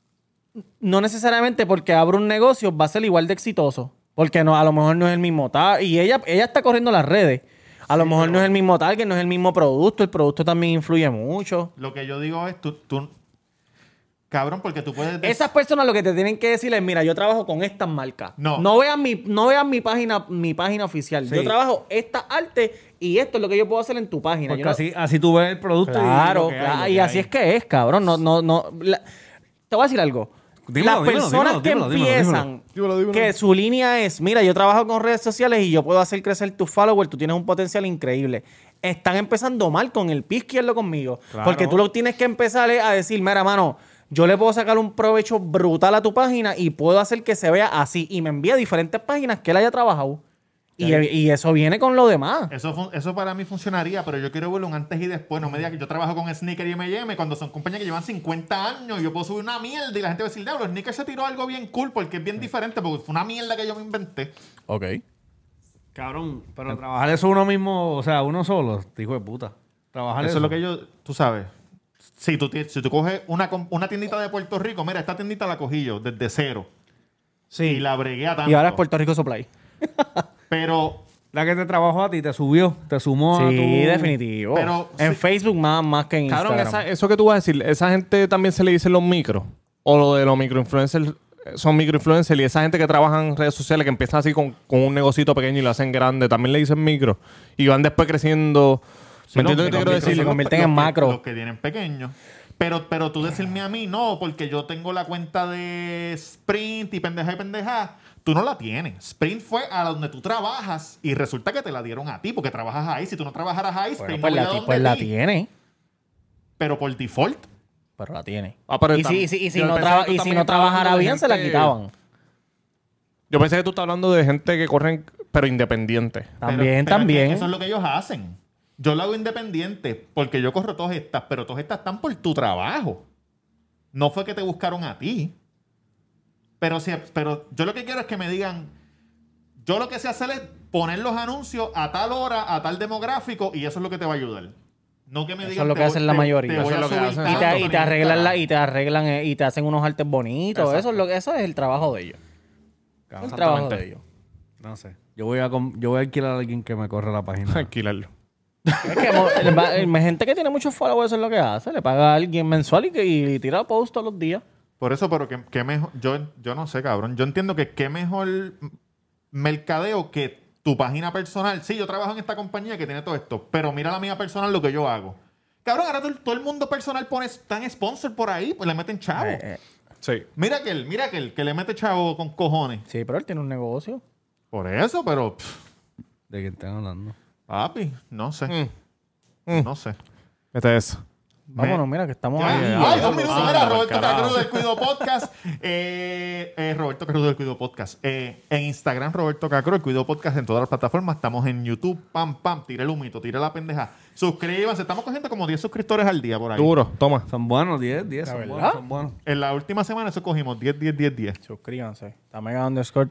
no necesariamente porque abre un negocio va a ser igual de exitoso, porque no, a lo mejor no es el mismo tal y ella está corriendo las redes. A lo mejor no es el mismo target, no es el mismo producto. El producto también influye mucho. Lo que yo digo es, tú cabrón, porque tú puedes... Esas personas lo que te tienen que decir es, mira, yo trabajo con estas marcas. No vean mi página oficial. Sí. Yo trabajo esta arte y esto es lo que yo puedo hacer en tu página. Porque Yo no- así tú ves el producto Claro, y lo que hay, claro, lo y que así hay. es que es, cabrón. Te voy a decir algo. Dímelo, Las dímelo, personas dímelo, que dímelo, empiezan, dímelo. que su línea es, mira, yo trabajo con redes sociales y yo puedo hacer crecer tus followers, tú tienes un potencial increíble. Están empezando mal con el pie izquierdo conmigo. Claro. Porque tú lo tienes que empezar a decir, mira, mano, yo le puedo sacar un provecho brutal a tu página y puedo hacer que se vea así. Y me envía diferentes páginas que él haya trabajado. Y eso viene con lo demás. Eso para mí funcionaría, pero yo quiero ver un antes y después. No me digas que yo trabajo con Sneaker y M&M cuando son compañías que llevan 50 años y yo puedo subir una mierda y la gente va a decir, diablo, Sneaker se tiró algo bien cool porque es bien diferente, porque fue una mierda que yo me inventé. Ok. Cabrón, pero trabajar eso uno mismo, o sea, uno solo, hijo de puta. Trabajar Eso es lo que yo, tú sabes. Si tú coges una tiendita de Puerto Rico, mira, esta tiendita la cogí yo desde cero. Sí. Y la bregué a tanto. Y ahora es Puerto Rico Supply. Pero La que te trabajó a ti, te subió, te sumó a tu... Sí, definitivo. Pero en sí. Facebook más que en Cabrón, Instagram. eso que tú vas a decir, esa gente también se le dicen los micros. O lo de los microinfluencers, son microinfluencers. Y esa gente que trabaja en redes sociales, que empiezan así con un negocito pequeño y lo hacen grande, también le dicen micro. Y van después creciendo. ¿Me entiendes lo que te quiero decir? se convierten en macro. Los que tienen pequeños. Pero tú decirme a mí, no, porque yo tengo la cuenta de Sprint y pendeja. Tú no la tienes. Sprint fue a donde tú trabajas y resulta que te la dieron a ti porque trabajas ahí. Si tú no trabajaras ahí, Bueno, Sprint pues no la, iría donde pues la ti. tiene. Pero por default. Pero la tiene. Pero Y si no trabajara bien, se la quitaban. Yo pensé que tú estás hablando de gente que corren, pero independiente. También. Es que eso es lo que ellos hacen. Yo lo hago independiente porque yo corro todas estas, pero todas estas están por tu trabajo. No fue que te buscaron a ti. Pero yo lo que quiero es que me digan, yo lo que sé hacer es poner los anuncios a tal hora, a tal demográfico, y eso es lo que te va a ayudar. No que me digan, Eso es lo que hacen la mayoría. Eso es lo que hacen. Y te arreglan y te hacen unos artes bonitos. Eso es el trabajo de ellos. Es el trabajo de ellos. No sé. Yo voy a alquilar a alguien que me corra la página. Alquilarlo. Es que gente que tiene muchos followers, eso es lo que hace. Le paga a alguien mensual y tira post todos los días. Por eso, pero que mejor, yo no sé, cabrón. Yo entiendo que qué mejor mercadeo que tu página personal. Sí, yo trabajo en esta compañía que tiene todo esto, pero mira la mía personal lo que yo hago. Cabrón, ahora todo el mundo personal tan sponsor por ahí, pues le meten chavo. Sí. Mira aquel que le mete chavo con cojones. Sí, pero él tiene un negocio. Por eso, pero... ¿De quién están hablando? Papi, no sé. No sé. Este es eso. Vámonos, mira, que estamos Ay, ahí. 2 minutos. Mira, Roberto Cacruz del Cuido Podcast. Roberto Cacruz del Cuido Podcast. En Instagram, Roberto Cacruz, el Cuido Podcast en todas las plataformas. Estamos en YouTube. Pam, tira el humito, tira la pendeja. Suscríbanse. Estamos cogiendo como 10 suscriptores al día por ahí. Duro, toma. Son buenos, 10, son buenos, son buenos. En la última semana eso cogimos 10. Suscríbanse. Tamega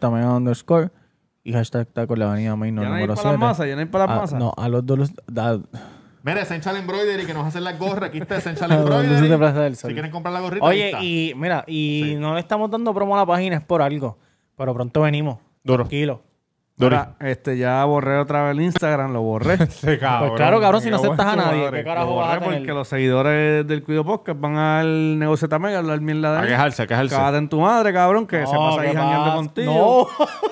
_, y hashtag taco la avenida Main ¿Ya no hay número para las 7. masas? ¿Ya no hay para las masas? No, a los dos... Mira, Essential Embroidery que nos hacen las gorras. Aquí está Essential ¿Dónde se te Embroidery. Plaza del Sol? Si quieren comprar la gorrita, ahí Oye, está. y mira, no le estamos dando promo a la página, es por algo. Pero pronto venimos. Duro. Tranquilo. Ahora, ya borré otra vez el Instagram, lo borré. Pues claro, cabrón, si no aceptas a nadie, ¿qué Lo carajo vas a borré tener? porque los seguidores del Cuido Podcast van al negocio Tamega a hablar mierda de A él. quejarse. Cágate en tu madre, cabrón, que se pasa ahí ¿qué jangueando pasa? contigo.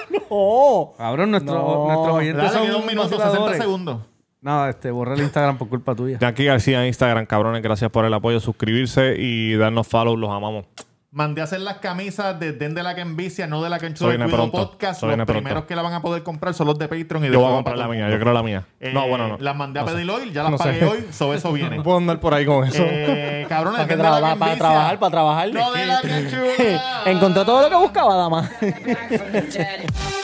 No. Cabrón, nuestros oyentes Dale, son queda un minuto, 60 vaciladores. segundos. Nada, borré el Instagram por culpa tuya. Yankee García en Instagram, cabrones. Gracias por el apoyo. Suscribirse y darnos follow. Los amamos. Mandé a hacer las camisas de Den de la que envicia, no de la que Eso enchula el viene Cuido pronto. Podcast. Eso Los viene pronto. primeros que la van a poder comprar son los de Patreon. Y Yo voy a después comprar para la todo el mía. mundo. Yo creo la mía. No, bueno, no. Las mandé a No sé. pedir hoy, ya las No pagué sé. hoy. Eso viene. No puedo andar por ahí con eso. Cabrones, Para Den de la que para envicia. trabajar. No de la que enchula. Encontró todo lo que buscaba, dama. Back from the dead.